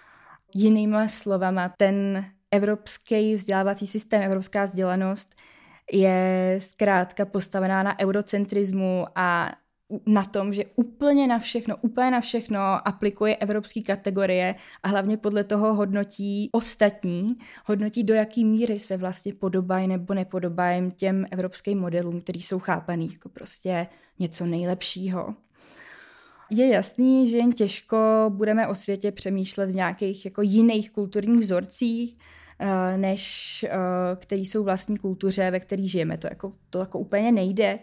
Jinými slovama, ten evropský vzdělávací systém, evropská vzdělanost je zkrátka postavená na eurocentrismu a na tom, že úplně na všechno, úplně na všechno aplikuje evropské kategorie a hlavně podle toho hodnotí ostatní, hodnotí do jaký míry se vlastně podobají nebo nepodobají těm evropským modelům, který jsou chápaný jako prostě něco nejlepšího. Je jasný, že jen těžko budeme o světě přemýšlet v nějakých jako jiných kulturních vzorcích, než který jsou vlastní kultuře, ve který žijeme. To jako, to jako úplně nejde.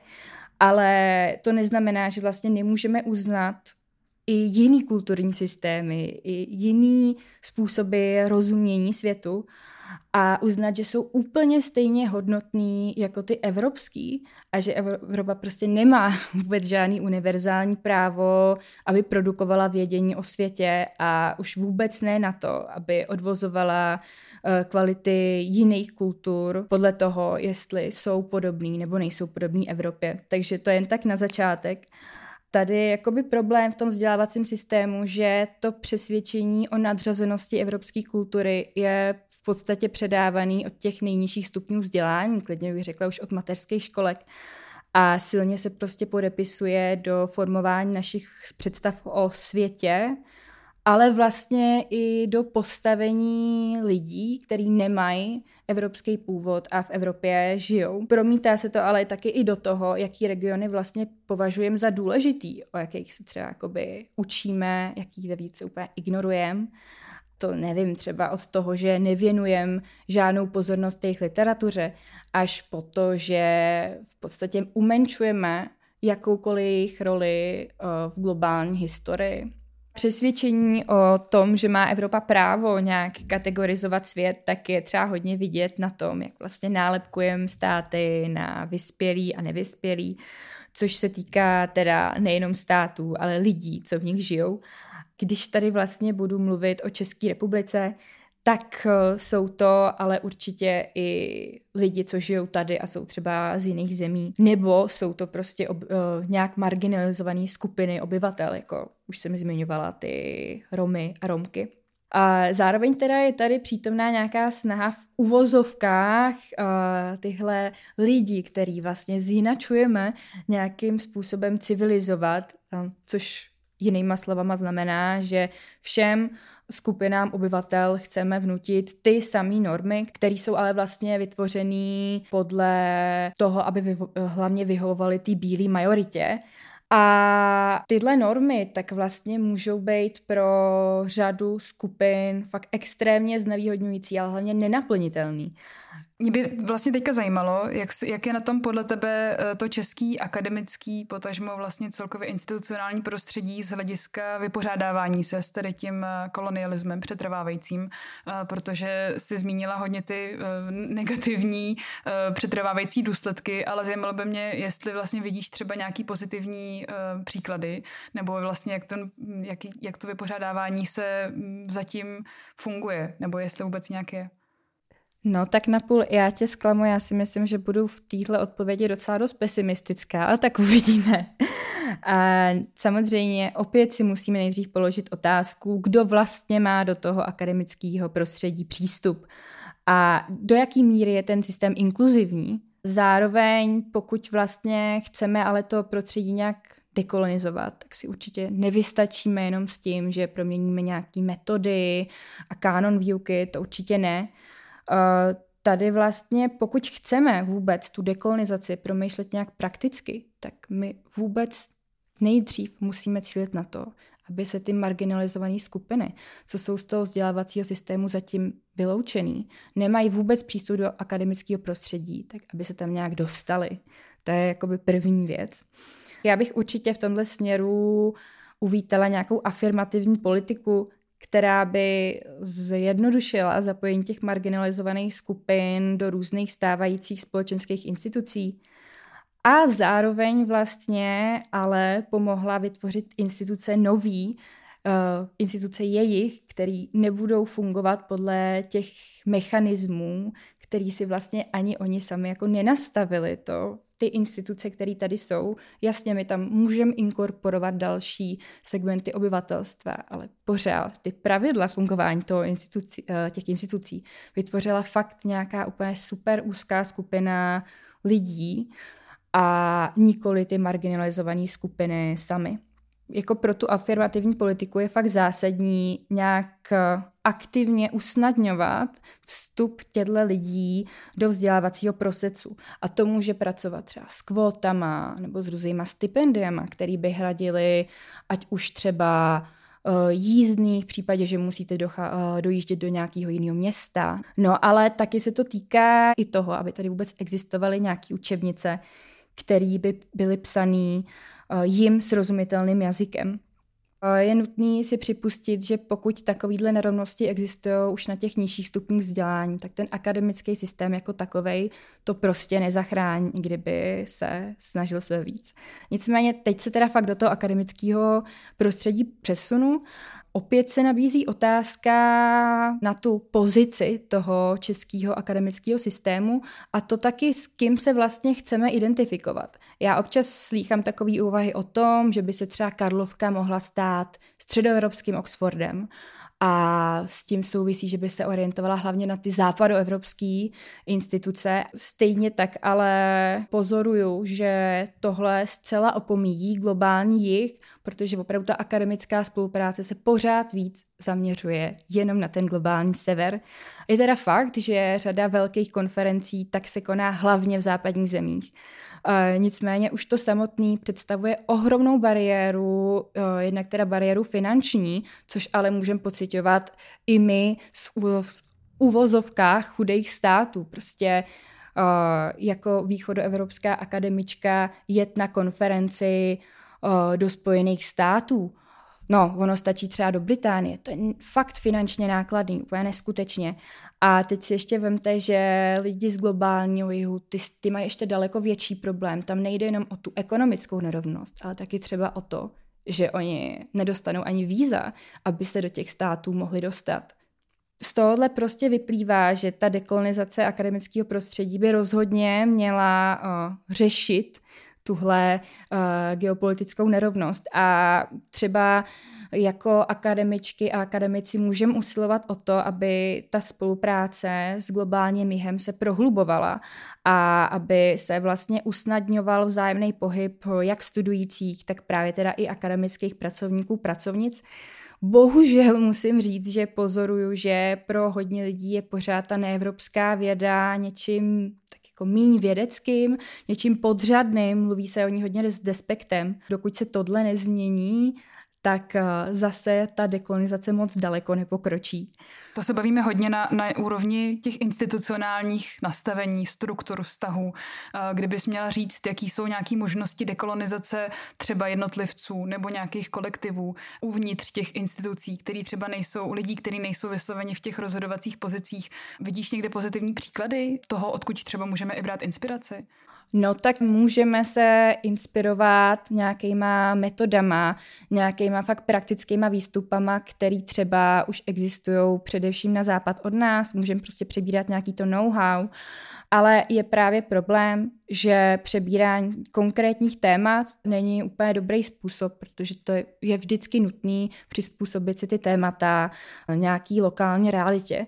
Ale to neznamená, že vlastně nemůžeme uznat i jiný kulturní systémy, i jiný způsoby rozumění světu a uznat, že jsou úplně stejně hodnotný jako ty evropský a že Evropa prostě nemá vůbec žádný univerzální právo, aby produkovala vědění o světě a už vůbec ne na to, aby odvozovala kvality jiných kultur podle toho, jestli jsou podobný nebo nejsou podobný Evropě. Takže to je jen tak na začátek. Tady je jakoby problém v tom vzdělávacím systému, že to přesvědčení o nadřazenosti evropské kultury je v podstatě předávaný od těch nejnižších stupňů vzdělání, klidně bych řekla už od mateřských školek, a silně se prostě podepisuje do formování našich představ o světě, ale vlastně i do postavení lidí, kteří nemají evropský původ a v Evropě žijou. Promítá se to ale taky i do toho, jaký regiony vlastně považujeme za důležitý, o jakých se třeba jakoby učíme, jaký ve více úplně ignorujeme. To nevím, třeba od toho, že nevěnujeme žádnou pozornost jejich literatuře, až po to, že v podstatě umenšujeme jakoukoliv jejich roli v globální historii. Přesvědčení o tom, že má Evropa právo nějak kategorizovat svět, tak je třeba hodně vidět na tom, jak vlastně nálepkujeme státy na vyspělý a nevyspělý, což se týká teda nejenom států, ale lidí, co v nich žijou. Když tady vlastně budu mluvit o České republice, tak jsou to ale určitě i lidi, co žijou tady a jsou třeba z jiných zemí. Nebo jsou to prostě ob, uh, nějak marginalizované skupiny obyvatel, jako už jsem zmiňovala ty Romy a Romky. A zároveň teda je tady přítomná nějaká snaha v uvozovkách uh, tyhle lidi, který vlastně zjinačujeme, nějakým způsobem civilizovat, uh, což jinýma slovama znamená, že všem skupinám obyvatel chceme vnutit ty samé normy, které jsou ale vlastně vytvořený podle toho, aby vyho- hlavně vyhovovaly té bílé majoritě. A tyhle normy tak vlastně můžou být pro řadu skupin fakt extrémně znevýhodňující, ale hlavně nenaplnitelný. Mě by vlastně teďka zajímalo, jak, jak je na tom podle tebe to český akademický, potažmo vlastně celkově institucionální prostředí z hlediska vypořádávání se s tady tím kolonialismem přetrvávajícím, protože jsi zmínila hodně ty negativní přetrvávající důsledky, ale zajímalo by mě, jestli vlastně vidíš třeba nějaký pozitivní příklady, nebo vlastně jak to, jak, jak to vypořádávání se zatím funguje, nebo jestli vůbec nějak je. No tak napůl já tě zklamu, já si myslím, že budu v téhle odpovědi docela dost pesimistická, ale tak uvidíme. A samozřejmě opět si musíme nejdřív položit otázku, kdo vlastně má do toho akademického prostředí přístup a do jaký míry je ten systém inkluzivní. Zároveň, pokud vlastně chceme ale to prostředí nějak dekolonizovat, tak si určitě nevystačíme jenom s tím, že proměníme nějaké metody a kánon výuky, to určitě ne. Uh, tady vlastně, pokud chceme vůbec tu dekolonizaci promýšlet nějak prakticky, tak my vůbec nejdřív musíme cílit na to, aby se ty marginalizované skupiny, co jsou z toho vzdělávacího systému zatím vyloučený, nemají vůbec přístup do akademického prostředí, tak aby se tam nějak dostali. To je jakoby první věc. Já bych určitě v tomhle směru uvítala nějakou afirmativní politiku, která by zjednodušila zapojení těch marginalizovaných skupin do různých stávajících společenských institucí a zároveň vlastně ale pomohla vytvořit instituce nový, uh, instituce jejich, které nebudou fungovat podle těch mechanismů, který si vlastně ani oni sami jako nenastavili to. Ty instituce, které tady jsou, jasně, my tam můžeme inkorporovat další segmenty obyvatelstva, ale pořád ty pravidla fungování toho institucí, těch institucí vytvořila fakt nějaká úplně super úzká skupina lidí a nikoli ty marginalizované skupiny sami. Jako pro tu afirmativní politiku je fakt zásadní nějak aktivně usnadňovat vstup těchto lidí do vzdělávacího procesu. A to může pracovat třeba s kvótama nebo s různýma stipendiama, které by hradily ať už třeba jízdný v případě, že musíte docha- dojíždět do nějakého jiného města. No ale taky se to týká i toho, aby tady vůbec existovaly nějaké učebnice, které by byly psané jim srozumitelným jazykem. Je nutné si připustit, že pokud takovýhle nerovnosti existují už na těch nižších stupních vzdělání, tak ten akademický systém jako takovej to prostě nezachrání, kdyby se snažil své víc. Nicméně teď se teda fakt do toho akademického prostředí přesunu. Opět se nabízí otázka na tu pozici toho českého akademického systému a to taky, s kým se vlastně chceme identifikovat. Já občas slýchám takové úvahy o tom, že by se třeba Karlovka mohla stát středoevropským Oxfordem a s tím souvisí, že by se orientovala hlavně na ty západoevropské instituce. Stejně tak ale pozoruju, že tohle zcela opomíjí globální jih, protože opravdu ta akademická spolupráce se pořád víc zaměřuje jenom na ten globální sever. Je teda fakt, že řada velkých konferencí tak se koná hlavně v západních zemích. Uh, nicméně už to samotný představuje ohromnou bariéru, uh, jednak teda bariéru finanční, což ale můžeme pociťovat i my z uvozovkách chudých států. Prostě uh, jako východoevropská akademička jet na konferenci uh, do Spojených států. No, ono stačí třeba do Británie. To je fakt finančně nákladný, úplně neskutečně. A teď si ještě vemte, že lidi z globálního jihu, ty, ty mají ještě daleko větší problém. Tam nejde jenom o tu ekonomickou nerovnost, ale taky třeba o to, že oni nedostanou ani víza, aby se do těch států mohli dostat. z tohohle prostě vyplývá, že ta dekolonizace akademického prostředí by rozhodně měla uh, řešit tuhle uh, geopolitickou nerovnost. A třeba jako akademičky a akademici můžeme usilovat o to, aby ta spolupráce s globálním jihem se prohlubovala a aby se vlastně usnadňoval vzájemný pohyb jak studujících, tak právě teda i akademických pracovníků, pracovnic. Bohužel musím říct, že pozoruju, že pro hodně lidí je pořád ta neevropská věda něčím tak jako míň vědeckým, něčím podřadným, mluví se o ní hodně s despektem. Dokud se tohle nezmění, tak zase ta dekolonizace moc daleko nepokročí. To se bavíme hodně na, na úrovni těch institucionálních nastavení, struktur vztahů. Kdybys měla říct, jaký jsou nějaké možnosti dekolonizace třeba jednotlivců nebo nějakých kolektivů uvnitř těch institucí, který třeba nejsou, u lidí, kteří nejsou vysloveni v těch rozhodovacích pozicích. Vidíš někde pozitivní příklady toho, odkud třeba můžeme i brát inspiraci? No tak můžeme se inspirovat nějakýma metodama, nějakýma fakt praktickýma výstupama, který třeba už existují především na západ od nás, můžeme prostě přebírat nějaký to know-how, ale je právě problém, že přebírání konkrétních témat není úplně dobrý způsob, protože to je vždycky nutný přizpůsobit si ty témata nějaký lokální realitě.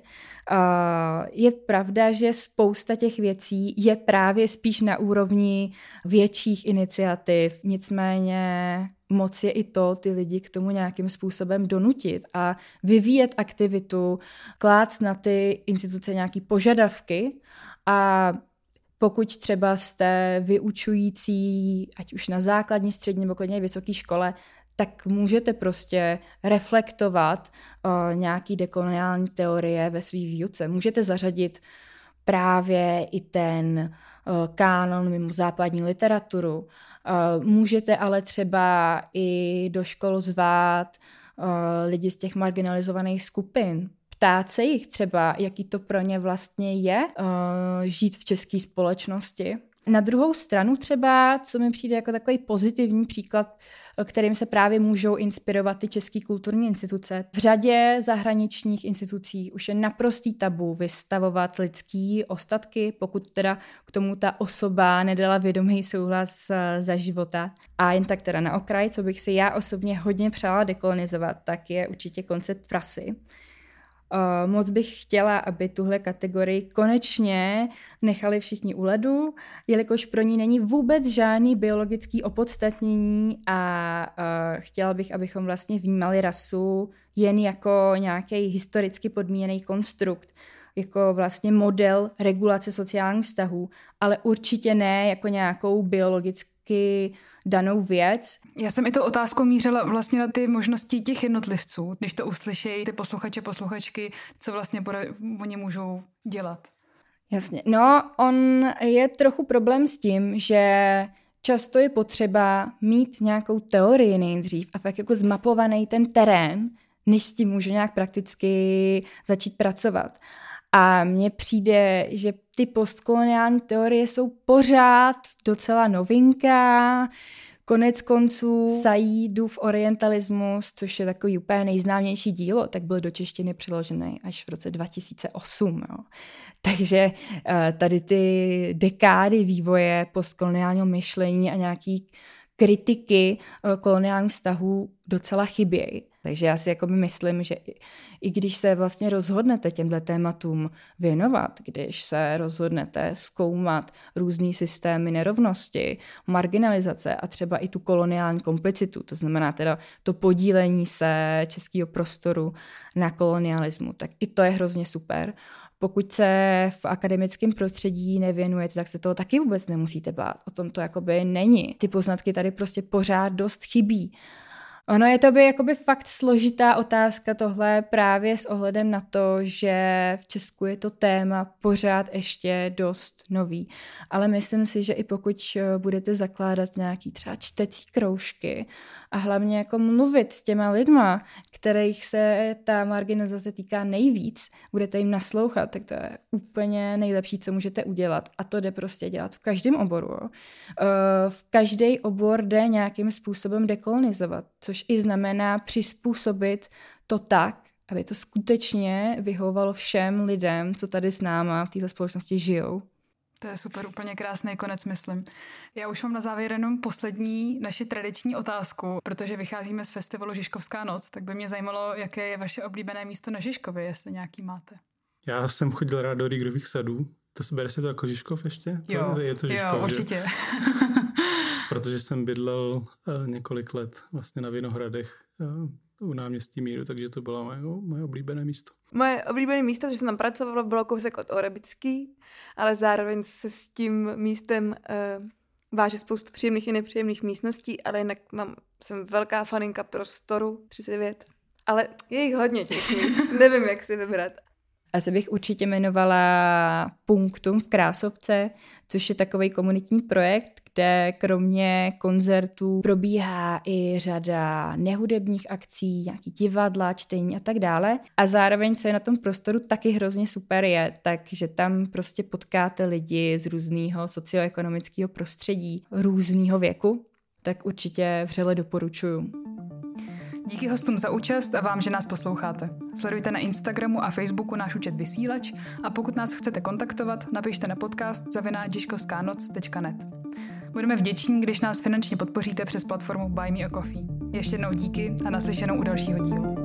Je pravda, že spousta těch věcí je právě spíš na úrovni větších iniciativ, nicméně moc je i to ty lidi k tomu nějakým způsobem donutit a vyvíjet aktivitu, klást na ty instituce nějaký požadavky a pokud třeba jste vyučující, ať už na základní, střední nebo klidně vysoké škole, tak můžete prostě reflektovat uh, nějaký dekoloniální teorie ve své výuce. Můžete zařadit právě i ten uh, kánon mimo západní literaturu. Uh, můžete ale třeba i do škol zvát uh, lidi z těch marginalizovaných skupin. Ptát se jich třeba, jaký to pro ně vlastně je uh, žít v české společnosti. Na druhou stranu třeba, co mi přijde jako takový pozitivní příklad, kterým se právě můžou inspirovat ty české kulturní instituce. V řadě zahraničních institucí už je naprostý tabu vystavovat lidský ostatky, pokud teda k tomu ta osoba nedala vědomý souhlas za života. A jen tak teda na okraj, co bych si já osobně hodně přála dekolonizovat, tak je určitě koncept prasy. Uh, moc bych chtěla, aby tuhle kategorii konečně nechali všichni u ledu, jelikož pro ní není vůbec žádný biologický opodstatnění a uh, chtěla bych, abychom vlastně vnímali rasu jen jako nějaký historicky podmíněný konstrukt, jako vlastně model regulace sociálních vztahů, ale určitě ne jako nějakou biologicky danou věc. Já jsem i tou otázkou mířila vlastně na ty možnosti těch jednotlivců, když to uslyšejí ty posluchače, posluchačky, co vlastně oni můžou dělat. Jasně. No, on je trochu problém s tím, že často je potřeba mít nějakou teorii nejdřív a fakt jako zmapovaný ten terén, než s tím můžu nějak prakticky začít pracovat. A mně přijde, že ty postkoloniální teorie jsou pořád docela novinka. Konec konců Saidův orientalismus, což je takový úplně nejznámější dílo, tak byl do češtiny přeložený až v roce dva tisíce osm. Jo. Takže tady ty dekády vývoje postkoloniálního myšlení a nějaký kritiky koloniálních vztahů docela chybějí. Takže já si jakoby myslím, že i, i když se vlastně rozhodnete těmhle tématům věnovat, když se rozhodnete zkoumat různý systémy nerovnosti, marginalizace a třeba i tu koloniální komplicitu, to znamená teda to podílení se českého prostoru na kolonialismu, tak i to je hrozně super. Pokud se v akademickém prostředí nevěnujete, tak se toho taky vůbec nemusíte bát. O tom to jakoby není. Ty poznatky tady prostě pořád dost chybí. Ono je to by jakoby fakt složitá otázka tohle právě s ohledem na to, že v Česku je to téma pořád ještě dost nový. Ale myslím si, že i pokud budete zakládat nějaký třeba čtecí kroužky a hlavně jako mluvit s těma lidma, kterých se ta marginalizace týká nejvíc, budete jim naslouchat, tak to je úplně nejlepší, co můžete udělat. A to jde prostě dělat v každém oboru. Jo. V každý obor jde nějakým způsobem dekolonizovat, což i znamená přizpůsobit to tak, aby to skutečně vyhovovalo všem lidem, co tady s náma v této společnosti žijou. To je super, úplně krásný konec, myslím. Já už mám na závěr jenom poslední naši tradiční otázku, protože vycházíme z festivalu Žižkovská noc, tak by mě zajímalo, jaké je vaše oblíbené místo na Žižkově, jestli nějaký máte. Já jsem chodil rád do Rýgrových sadů. To bere si to jako Žižkov ještě? Jo, to, je to Žižkov, jo, určitě. Protože jsem bydlel uh, několik let vlastně na Vinohradech uh, u náměstí Míru, takže to bylo moje, moje oblíbené místo. Moje oblíbené místo, protože jsem tam pracovala, bylo kousek od Orebický, ale zároveň se s tím místem uh, váže spoustu příjemných i nepříjemných místností, ale jinak mám, jsem velká faninka prostoru třicet devět. Ale je jich hodně těch míst, nevím, jak si vybrat. Asi bych určitě jmenovala Punktum v Krásovce, což je takový komunitní projekt, kde kromě koncertů probíhá i řada nehudebních akcí, nějaký divadla, čtení a tak dále. A zároveň, co je na tom prostoru taky hrozně super je, takže tam prostě potkáte lidi z různého socioekonomického prostředí, různého věku, tak určitě vřele doporučuju. Díky hostům za účast a vám, že nás posloucháte. Sledujte na Instagramu a Facebooku náš účet Vysílač a pokud nás chcete kontaktovat, napište na podcast zavináč žižkovská noc tečka net. Budeme vděční, když nás finančně podpoříte přes platformu Buy Me a Coffee. Ještě jednou díky a naslyšenou u dalšího dílu.